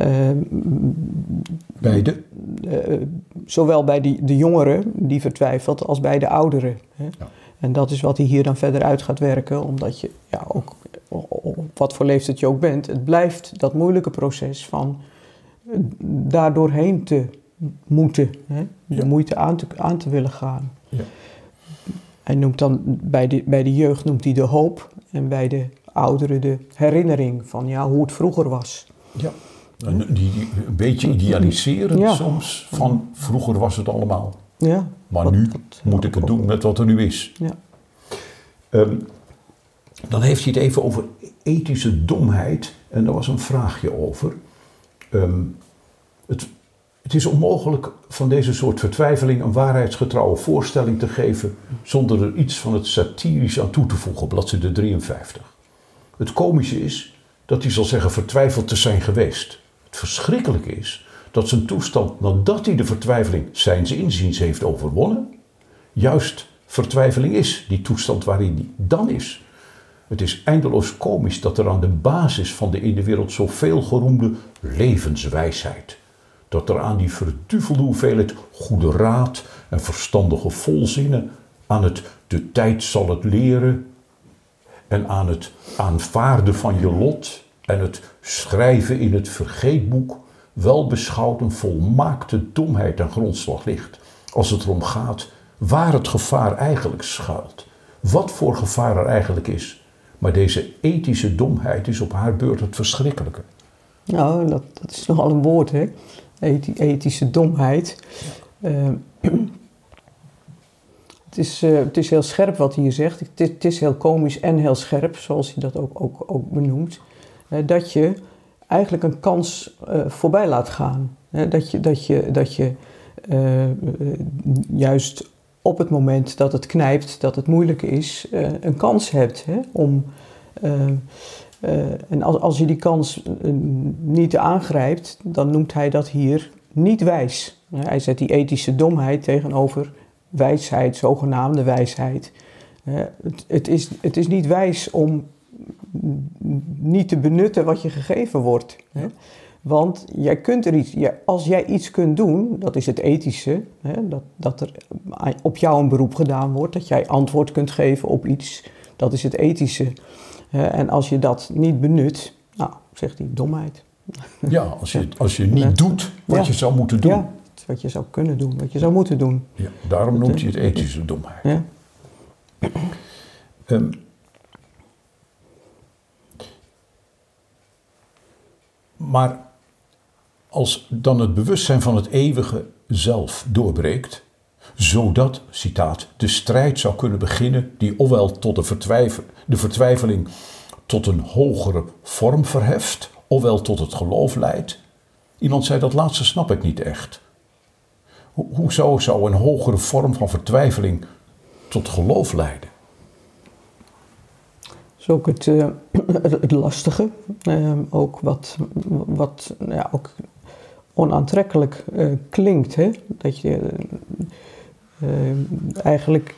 beide? Uh, zowel bij die, de jongeren die vertwijfelt als bij de ouderen. Hè. Ja. En dat is wat hij hier dan verder uit gaat werken, omdat je, ja, ook op wat voor leeftijd je ook bent, het blijft dat moeilijke proces van uh, daar doorheen te moeten, hè? de ja. moeite aan te, aan te willen gaan. Ja. Hij noemt dan, bij de, bij de jeugd noemt hij de hoop en bij de ouderen de herinnering van ja, hoe het vroeger was. Ja, en die, die, een beetje idealiserend ja. soms, van vroeger was het allemaal. Ja. Maar wat, nu wat, moet ik het doen met wat er nu is. Ja. Um, dan heeft hij het even over ethische domheid en daar was een vraagje over. Um, het Het is onmogelijk van deze soort vertwijfeling een waarheidsgetrouwe voorstelling te geven zonder er iets van het satirisch aan toe te voegen, bladzijde drieënvijftig. Het komische is dat hij zal zeggen vertwijfeld te zijn geweest. Het verschrikkelijke is dat zijn toestand nadat hij de vertwijfeling zijns inziens heeft overwonnen, juist vertwijfeling is, die toestand waarin hij dan is. Het is eindeloos komisch dat er aan de basis van de in de wereld zoveel geroemde levenswijsheid, dat er aan die verduvelde hoeveelheid goede raad en verstandige volzinnen, aan het de tijd zal het leren en aan het aanvaarden van je lot en het schrijven in het vergeetboek wel beschouwd een volmaakte domheid aan grondslag ligt, als het erom gaat waar het gevaar eigenlijk schuilt, wat voor gevaar er eigenlijk is. Maar deze ethische domheid is op haar beurt het verschrikkelijke. Nou, dat, dat is nogal een woord, hè? Ethische domheid. Ja. Uh, het, is, uh, het is heel scherp wat hij hier zegt. Het is, het is heel komisch en heel scherp, zoals hij dat ook, ook, ook benoemt. Uh, dat je eigenlijk een kans uh, voorbij laat gaan. Uh, dat je, dat je, dat je uh, uh, juist op het moment dat het knijpt, dat het moeilijk is, uh, een kans hebt hè, om... Uh, Uh, en als, als je die kans uh, niet aangrijpt, dan noemt hij dat hier niet wijs. Uh, hij zet die ethische domheid tegenover wijsheid, zogenaamde wijsheid. Uh, het, het, is, het is niet wijs om niet te benutten wat je gegeven wordt. Hè? Want jij kunt er iets, ja, als jij iets kunt doen, dat is het ethische, hè, dat, dat er op jou een beroep gedaan wordt, dat jij antwoord kunt geven op iets, dat is het ethische. Uh, en als je dat niet benut, nou, zegt hij, domheid. Ja, als je, als je niet ja. doet wat ja. je zou moeten doen. Ja, wat je zou kunnen doen, wat je zou moeten doen. Ja, daarom dat, noemt hij het ethische domheid. Ja. Um, maar als dan het bewustzijn van het eeuwige zelf doorbreekt, zodat, citaat, de strijd zou kunnen beginnen die ofwel tot de, vertwijf- de vertwijfeling tot een hogere vorm verheft, ofwel tot het geloof leidt. Iemand zei, dat laatste snap ik niet echt. Ho- hoezo zou een hogere vorm van vertwijfeling tot geloof leiden? Dat is ook het, uh, het lastige. Uh, ook wat, wat ja, ook onaantrekkelijk uh, klinkt. Hè? Dat je uh, eigenlijk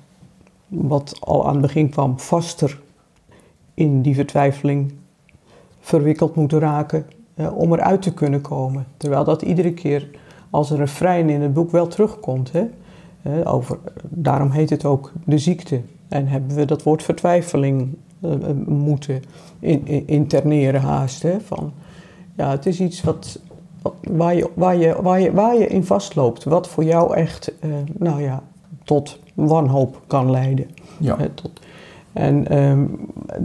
wat al aan het begin kwam, vaster in die vertwijfeling verwikkeld moet raken uh, om eruit te kunnen komen. Terwijl dat iedere keer als een refrein in het boek wel terugkomt. Hè? Uh, over, daarom heet het ook de ziekte. En hebben we dat woord vertwijfeling uh, moeten in, in, interneren haast. Hè? Van, ja, het is iets wat, wat, waar, je, waar, je, waar, je, waar je in vastloopt. Wat voor jou echt uh, nou ja, tot wanhoop kan leiden. Ja. Uh, tot, en um,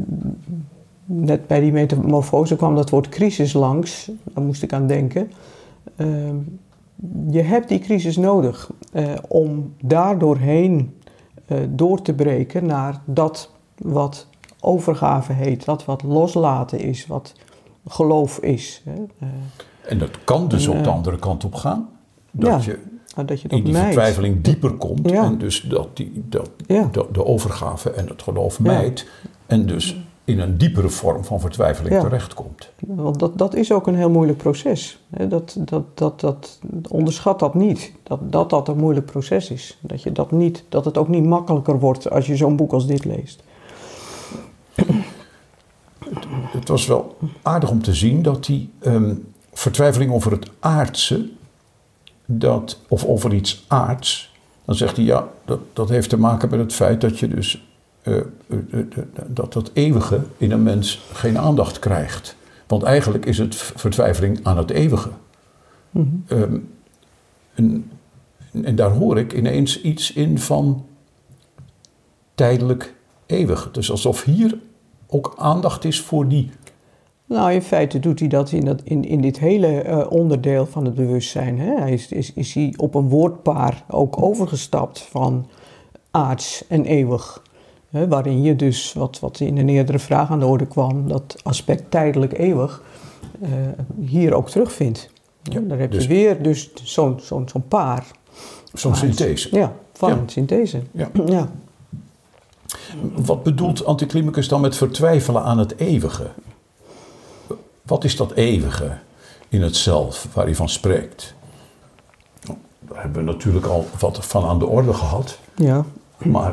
net bij die metamorfose kwam dat woord crisis langs. Daar moest ik aan denken. Um, je hebt die crisis nodig uh, om daardoorheen uh, door te breken naar dat wat overgave heet. Dat wat loslaten is, wat geloof is. Hè. Uh, en dat kan dus en, uh, op de andere kant op gaan. Dat ja, je dat je dat in die mijt. vertwijfeling dieper komt. Ja. En dus dat die, dat, ja. de, de overgave en het geloof mijt. Ja. En dus in een diepere vorm van vertwijfeling ja. terechtkomt. Want dat, dat is ook een heel moeilijk proces. Dat, dat, dat, dat, onderschat dat niet. Dat, dat dat een moeilijk proces is. Dat, je dat, niet, dat het ook niet makkelijker wordt als je zo'n boek als dit leest. Het, het was wel aardig om te zien dat die um, vertwijfeling over het aardse, dat, of over iets aards, dan zegt hij ja, dat, dat heeft te maken met het feit dat je dus Uh, uh, uh, uh, dat dat eeuwige in een mens geen aandacht krijgt. Want eigenlijk is het vertwijfeling aan het eeuwige. Mm-hmm. Um, en, en daar hoor ik ineens iets in van tijdelijk eeuwig. Dus alsof hier ook aandacht is voor die... Nou, in feite doet hij dat in, dat, in, in dit hele uh, onderdeel van het bewustzijn. Hè? Hij is, is, is hij op een woordpaar ook overgestapt van aards en eeuwig. He, waarin je dus, wat, wat in een eerdere vraag aan de orde kwam, dat aspect tijdelijk eeuwig, uh, hier ook terugvindt. Ja, daar heb dus, je weer dus zo'n, zo'n, zo'n paar. Zo'n synthese. Ja, van ja. een synthese. Ja. Ja. Wat bedoelt Anticlimacus dan met vertwijfelen aan het eeuwige? Wat is dat eeuwige in het zelf waar hij van spreekt? Daar hebben we natuurlijk al wat van aan de orde gehad. Ja. Maar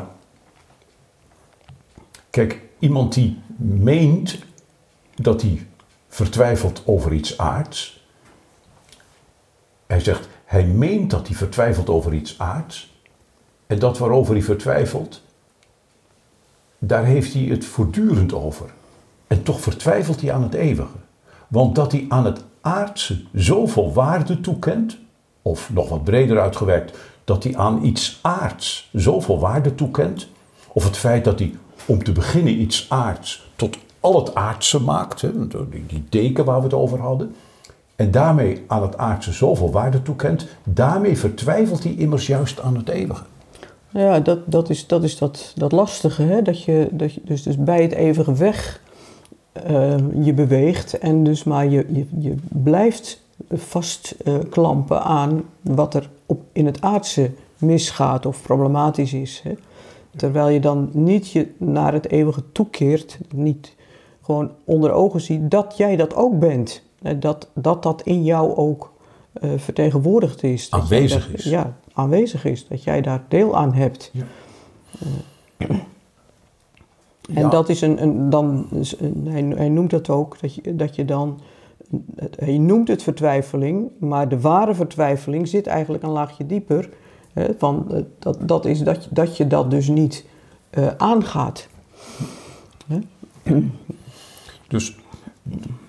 kijk, iemand die meent dat hij vertwijfelt over iets aards. Hij zegt, hij meent dat hij vertwijfelt over iets aards. En dat waarover hij vertwijfelt, daar heeft hij het voortdurend over. En toch vertwijfelt hij aan het eeuwige. Want dat hij aan het aardse zoveel waarde toekent, of nog wat breder uitgewerkt, dat hij aan iets aards zoveel waarde toekent, of het feit dat hij om te beginnen iets aards tot al het aardse maakt, hè, die, die deken waar we het over hadden, en daarmee aan het aardse zoveel waarde toekent, daarmee vertwijfelt hij immers juist aan het eeuwige. Ja, dat, dat is dat, is dat, dat lastige, hè? Dat je, dat je dus, dus bij het eeuwige weg uh, je beweegt en dus maar je, je, je blijft vastklampen uh, aan wat er op, in het aardse misgaat of problematisch is. Hè? Terwijl je dan niet je naar het eeuwige toekeert, niet gewoon onder ogen ziet dat jij dat ook bent. Dat dat, dat in jou ook uh, vertegenwoordigd is. Aanwezig dat, is. Ja, aanwezig is. Dat jij daar deel aan hebt. Ja. Uh, en ja. dat is een, een dan, een, hij, hij noemt dat ook, dat je, dat je dan, hij noemt het vertwijfeling, maar de ware vertwijfeling zit eigenlijk een laagje dieper. Hè, van, dat, dat is dat je, dat je dat dus niet uh, aangaat. Hè? Dus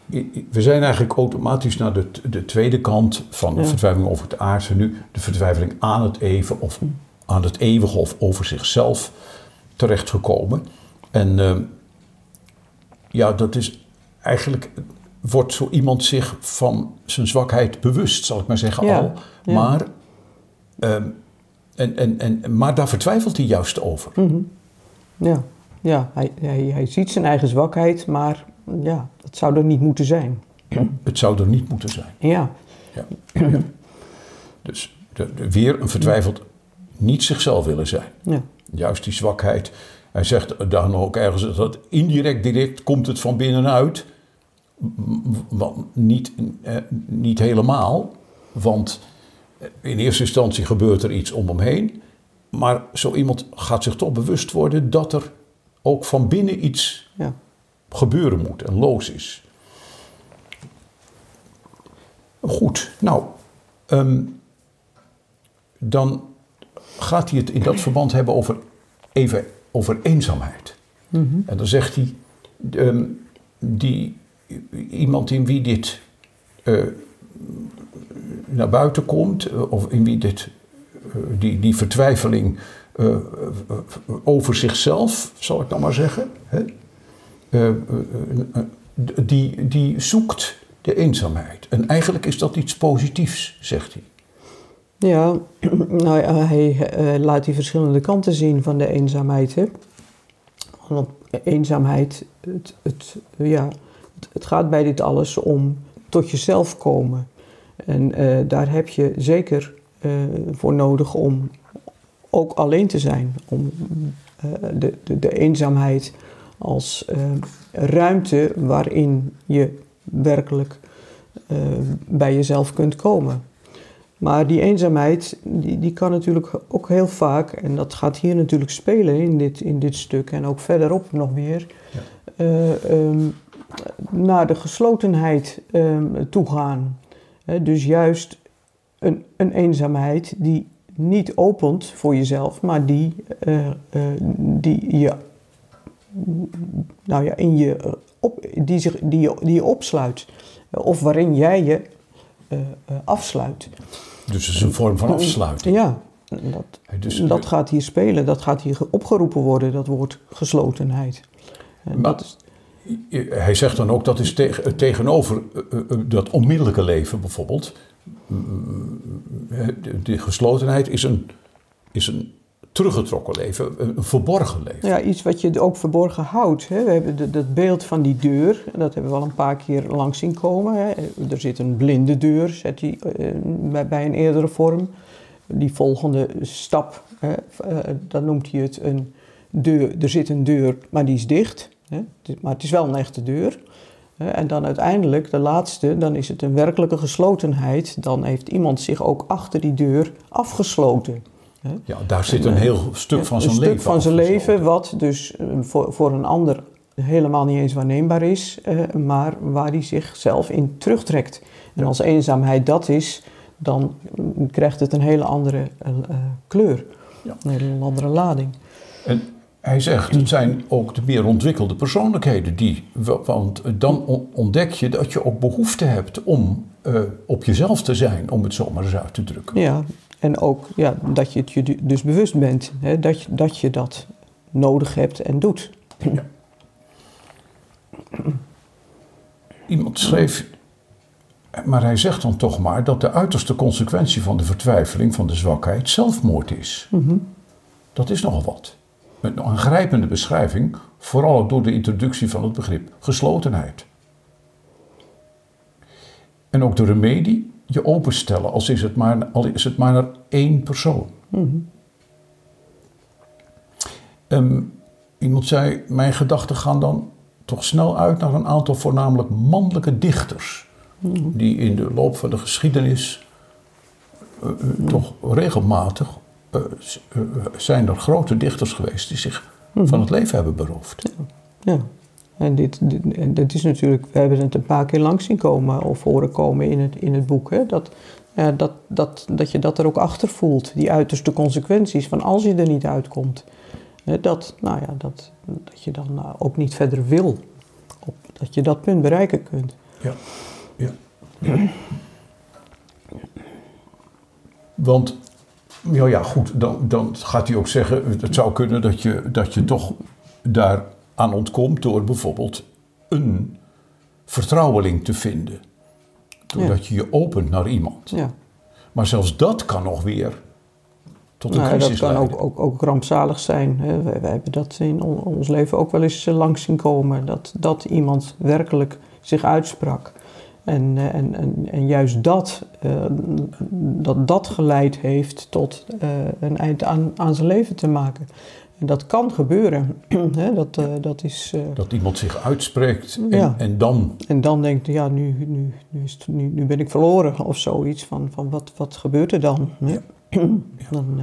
we zijn eigenlijk automatisch naar de, de tweede kant van de ja. vertwijfeling over het aardse nu. De vertwijfeling aan het even of aan het eeuwige of over zichzelf terechtgekomen. En uh, ja, dat is eigenlijk, wordt zo iemand zich van zijn zwakheid bewust, zal ik maar zeggen ja. al. Ja. Maar, uh, en, en, en, maar daar vertwijfelt hij juist over. Mm-hmm. Ja, ja hij, hij, hij ziet zijn eigen zwakheid, maar ja, dat zou er niet moeten zijn. Het zou er niet moeten zijn. Ja. ja. ja. Dus de, de, weer een vertwijfeld niet zichzelf willen zijn. Ja. Juist die zwakheid. Hij zegt dan ook ergens dat indirect, direct komt het van binnenuit. Want niet, eh, niet helemaal. Want in eerste instantie gebeurt er iets om hem heen. Maar zo iemand gaat zich toch bewust worden dat er ook van binnen iets ja. gebeuren moet en los is. Goed, nou, um, dan gaat hij het in dat verband hebben over, even over eenzaamheid. Mm-hmm. En dan zegt hij, um, die, iemand in wie dit uh, naar buiten komt, uh, of in wie dit, uh, die, die vertwijfeling uh, uh, over zichzelf, zal ik dan maar zeggen, hè? Uh, uh, uh, die, die zoekt de eenzaamheid. En eigenlijk is dat iets positiefs, zegt hij. Ja, nou, hij uh, laat die verschillende kanten zien van de eenzaamheid. Hè? Want eenzaamheid, het, het, ja, het, het gaat bij dit alles om tot jezelf komen. En uh, daar heb je zeker uh, voor nodig om ook alleen te zijn. Om uh, de, de, de eenzaamheid als uh, ruimte waarin je werkelijk uh, bij jezelf kunt komen. Maar die eenzaamheid, die, die kan natuurlijk ook heel vaak, en dat gaat hier natuurlijk spelen in dit, in dit stuk en ook verderop nog weer, ja. uh, um, naar de geslotenheid um, toegaan. Uh, dus juist een, een eenzaamheid die niet opent voor jezelf, maar die, uh, uh, die je, nou ja, in je op, die, zich, die, je, die je opsluit. Of waarin jij je uh, uh, afsluit. Dus het is een vorm van afsluiting. Ja, dat, dus, dat gaat hier spelen. Dat gaat hier opgeroepen worden, dat woord geslotenheid. En maar, dat is, hij zegt dan ook, dat is tegen, tegenover uh, uh, dat onmiddellijke leven bijvoorbeeld. Uh, de, de geslotenheid is een, is een teruggetrokken leven, een verborgen leven. Ja, iets wat je ook verborgen houdt. Hè. We hebben de, dat beeld van die deur, dat hebben we al een paar keer langs zien komen. Hè. Er zit een blinde deur, zet die, uh, bij, bij een eerdere vorm. Die volgende stap, hè, uh, dan noemt hij het een deur. Er zit een deur, maar die is dicht. Hè. Maar het is wel een echte deur. En dan uiteindelijk, de laatste, dan is het een werkelijke geslotenheid. Dan heeft iemand zich ook achter die deur afgesloten. Ja, daar zit een heel stuk van zijn leven. Een stuk van zijn leven, wat dus voor, voor een ander helemaal niet eens waarneembaar is, uh, maar waar hij zichzelf in terugtrekt. En als eenzaamheid dat is, dan krijgt het een hele andere uh, kleur, ja. Een hele andere lading. En hij zegt, het zijn ook de meer ontwikkelde persoonlijkheden die, want dan ontdek je dat je ook behoefte hebt om uh, op jezelf te zijn, om het zomaar eens uit te drukken. Ja. En ook ja, dat je het je dus bewust bent, hè, dat, je, dat je dat nodig hebt en doet. Ja. Iemand schreef, maar hij zegt dan toch maar dat de uiterste consequentie van de vertwijfeling, van de zwakheid, zelfmoord is. Mm-hmm. Dat is nogal wat. Een aangrijpende beschrijving, vooral door de introductie van het begrip geslotenheid. En ook de remedie, je openstellen, als is het maar, al is het maar naar één persoon. Mm-hmm. Um, iemand zei, mijn gedachten gaan dan toch snel uit naar een aantal voornamelijk mannelijke dichters. Mm-hmm. Die in de loop van de geschiedenis uh, uh, mm-hmm. toch regelmatig uh, uh, zijn er grote dichters geweest die zich mm-hmm. van het leven hebben beroofd. Ja. ja. En dit, dit, en dit is natuurlijk, we hebben het een paar keer langs zien komen of horen komen in het, in het boek. Hè? Dat, ja, dat, dat, dat je dat er ook achter voelt. Die uiterste consequenties van als je er niet uitkomt. Dat, nou ja, dat, dat je dan ook niet verder wil. Op, dat je dat punt bereiken kunt. Ja, ja. Want, ja, ja goed, dan, dan gaat hij ook zeggen, het zou kunnen dat je, dat je toch daar aan ontkomt door bijvoorbeeld een vertrouweling te vinden. Doordat ja. je je opent naar iemand. Ja. Maar zelfs dat kan nog weer tot een nou, crisis dat kan leiden. ook, ook, ook rampzalig zijn. Hè. Wij, wij hebben dat in on, ons leven ook wel eens langs zien komen. Dat, dat iemand werkelijk zich uitsprak. En, en, en, en juist dat, uh, dat dat geleid heeft tot uh, een eind aan, aan zijn leven te maken. En dat kan gebeuren. Hè, dat, uh, dat, is, uh, dat iemand zich uitspreekt en, ja. en dan... En dan denkt, ja, nu, nu, nu, is het, nu, nu ben ik verloren of zoiets. Van, van wat, wat gebeurt er dan? Hè? Ja. Ja. dan uh,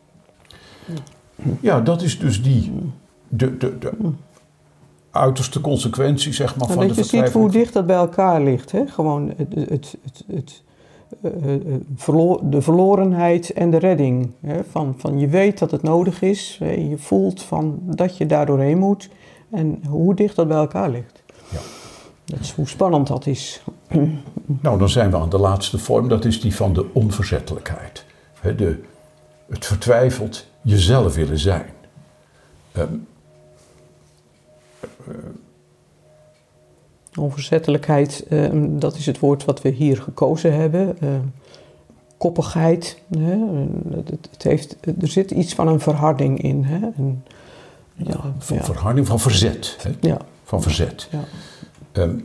ja, dat is dus die... De, de, de uiterste consequentie, zeg maar, nou, van dat de je ziet hoe dicht dat bij elkaar ligt. Hè? Gewoon het, het, het, het, uh, verlo- de verlorenheid en de redding. Hè? Van, van je weet dat het nodig is. Hè? Je voelt van dat je daar doorheen moet. En hoe dicht dat bij elkaar ligt. Ja. Dat is hoe spannend dat is. Nou, dan zijn we aan de laatste vorm. Dat is die van de onverzettelijkheid. Hè, de, het vertwijfeld jezelf willen zijn. Um, Uh, Onverzettelijkheid, uh, dat is het woord wat we hier gekozen hebben. Uh, koppigheid, hè? Het, het heeft, er zit iets van een verharding in. Hè? En, uh, ja, van ja. verharding, van verzet. Hè? Ja. Van verzet. Ja. Um,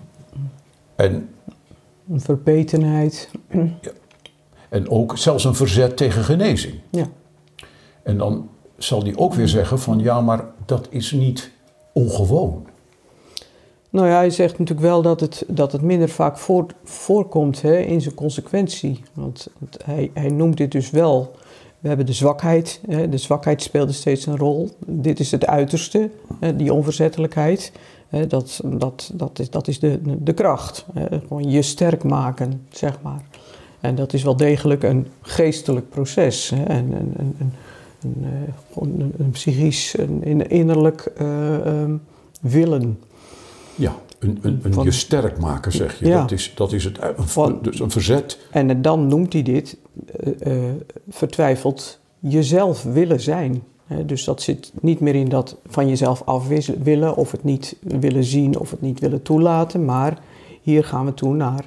en, een verbetenheid. Ja. En ook zelfs een verzet tegen genezing. Ja. En dan zal die ook weer zeggen van ja, maar dat is niet ongewoon. Nou ja, hij zegt natuurlijk wel dat het, dat het minder vaak voor, voorkomt hè, in zijn consequentie. Want, want hij, hij noemt dit dus wel. We hebben de zwakheid. Hè, de zwakheid speelde steeds een rol. Dit is het uiterste, hè, die onverzettelijkheid. Hè, dat, dat, dat is, dat is de, de kracht. Hè, gewoon je sterk maken, zeg maar. En dat is wel degelijk een geestelijk proces. Hè, en, en, en, en, Een, uh, gewoon een, een psychisch, een innerlijk uh, um, willen. Ja, een, een, een van, je sterk maken, zeg je. Ja, dat, is, dat is het, een, van, dus een verzet. En dan noemt hij dit uh, uh, vertwijfeld jezelf willen zijn. He, dus dat zit niet meer in dat van jezelf af willen, of het niet willen zien, of het niet willen toelaten. Maar hier gaan we toe naar...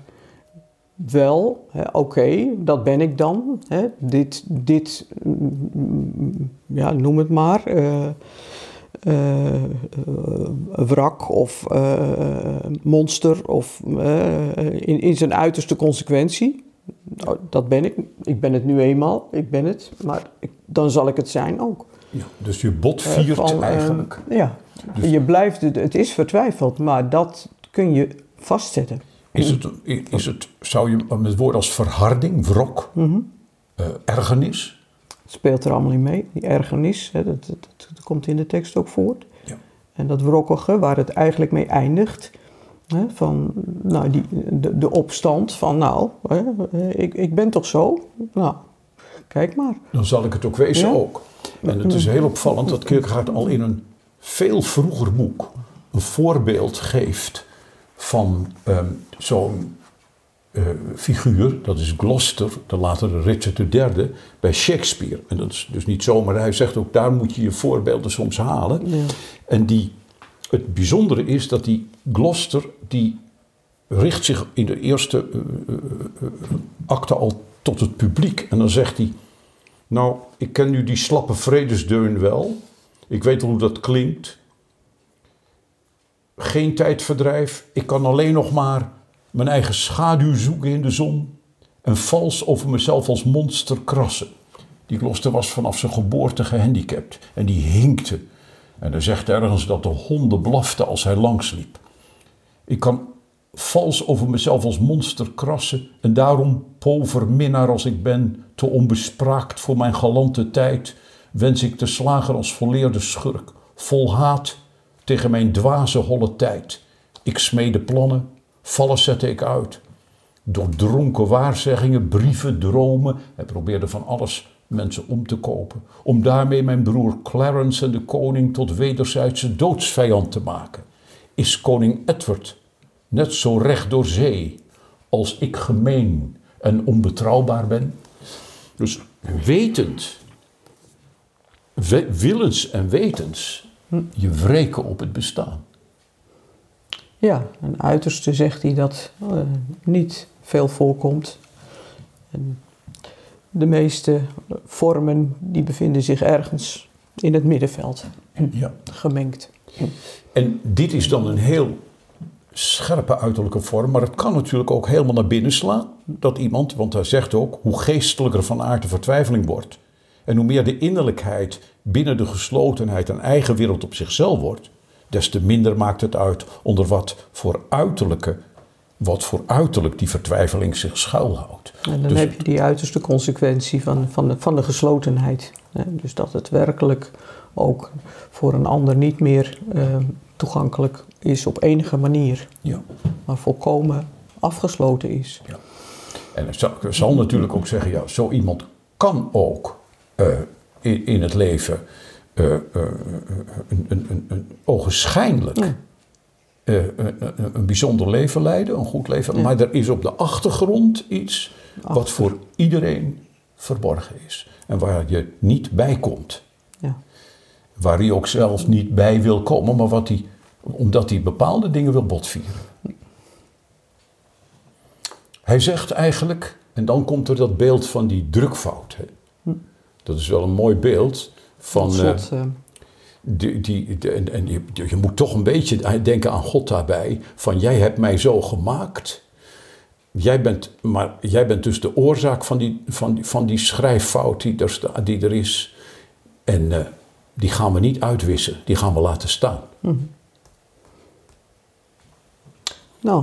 Wel, oké, okay, dat ben ik dan. Hè, dit, dit, ja, noem het maar, uh, uh, uh, wrak of uh, monster of uh, in, in zijn uiterste consequentie. Nou, dat ben ik. Ik ben het nu eenmaal, ik ben het, maar ik, dan zal ik het zijn ook. Ja, dus je botviert uh, van, eigenlijk. Uh, ja, dus... je blijft, het is vertwijfeld, maar dat kun je vastzetten. Is het, is het, zou je met woorden als verharding, wrok, mm-hmm. uh, ergernis? Het speelt er allemaal in mee, die ergernis, hè, dat, dat, dat komt in de tekst ook voort. Ja. En dat wrokkige, waar het eigenlijk mee eindigt, hè, van nou, die, de, de opstand van nou, hè, ik, ik ben toch zo, nou, kijk maar. Dan zal ik het ook wezen ja? ook. En het is heel opvallend dat Kierkegaard al in een veel vroeger boek een voorbeeld geeft van um, zo'n uh, figuur, dat is Gloucester, de latere Richard de derde, bij Shakespeare. En dat is dus niet zomaar, hij zegt ook, daar moet je je voorbeelden soms halen. Ja. En die, het bijzondere is dat die Gloucester, die richt zich in de eerste uh, uh, uh, acte al tot het publiek. En dan zegt hij, nou, ik ken nu die slappe vredesdeun wel. Ik weet wel hoe dat klinkt. Geen tijdverdrijf. Ik kan alleen nog maar mijn eigen schaduw zoeken in de zon. En vals over mezelf als monster krassen. Die Gloucester was vanaf zijn geboorte gehandicapt. En die hinkte. En hij zegt ergens dat de honden blaften als hij langsliep. Ik kan vals over mezelf als monster krassen. En daarom, pover minnaar als ik ben, te onbespraakt voor mijn galante tijd, wens ik te slagen als volleerde schurk. Vol haat tegen mijn dwaze holle tijd. Ik smeedde plannen, vallen zette ik uit. Door dronken waarzeggingen, brieven, dromen. Hij probeerde van alles mensen om te kopen. Om daarmee mijn broer Clarence en de koning tot wederzijdse doodsvijand te maken. Is koning Edward net zo recht door zee als ik gemeen en onbetrouwbaar ben. Dus wetend, we, willens en wetens, je wreken op het bestaan. Ja, een uiterste zegt hij dat uh, niet veel voorkomt. En de meeste vormen die bevinden zich ergens in het middenveld, Ja. gemengd. En dit is dan een heel scherpe uiterlijke vorm, maar het kan natuurlijk ook helemaal naar binnen slaan. Dat iemand, want hij zegt ook, hoe geestelijker van aard de vertwijfeling wordt. En hoe meer de innerlijkheid binnen de geslotenheid een eigen wereld op zichzelf wordt, des te minder maakt het uit onder wat voor uiterlijke, wat voor uiterlijk die vertwijfeling zich schuilhoudt. En dan Dus- heb je die uiterste consequentie van, van, de, van de geslotenheid. Hè? Dus dat het werkelijk ook voor een ander niet meer uh, toegankelijk is op enige manier. Ja. Maar volkomen afgesloten is. Ja. En ik zal, ik zal natuurlijk ook zeggen, ja, zo iemand kan ook uh, in, in het leven uh, uh, een, een, een, een ogenschijnlijk Ja. uh, een, een, een bijzonder leven leiden, een goed leven. Ja. Maar er is op de achtergrond iets wat Achter. voor iedereen verborgen is. En waar je niet bij komt. Ja. Waar hij ook zelf niet bij wil komen, maar wat hij, omdat hij bepaalde dingen wil botvieren. Hij zegt eigenlijk, en dan komt er dat beeld van die drukfout. Hè. Dat is wel een mooi beeld van... Tot slot, uh, uh, die, die, de, en en je, je moet toch een beetje denken aan God daarbij. Van jij hebt mij zo gemaakt. Jij bent, maar jij bent dus de oorzaak van die, van die, van die schrijffout die er, sta, die er is. En uh, die gaan we niet uitwissen. Die gaan we laten staan. mm. Nou,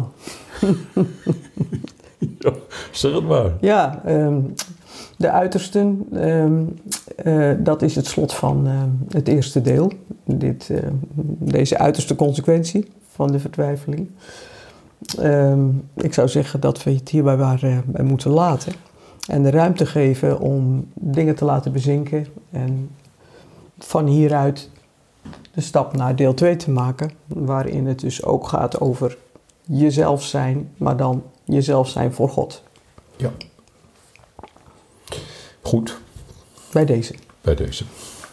Ja, zeg het maar. ja, um, de uitersten, um, uh, dat is het slot van uh, het eerste deel. Dit, uh, deze uiterste consequentie van de vertwijfeling. Um, ik zou zeggen dat we het hierbij waar, uh, bij moeten laten. En de ruimte geven om dingen te laten bezinken. En van hieruit de stap naar deel twee te maken. Waarin het dus ook gaat over jezelf zijn, maar dan jezelf zijn voor God. Ja. Goed, Bij deze. bij deze.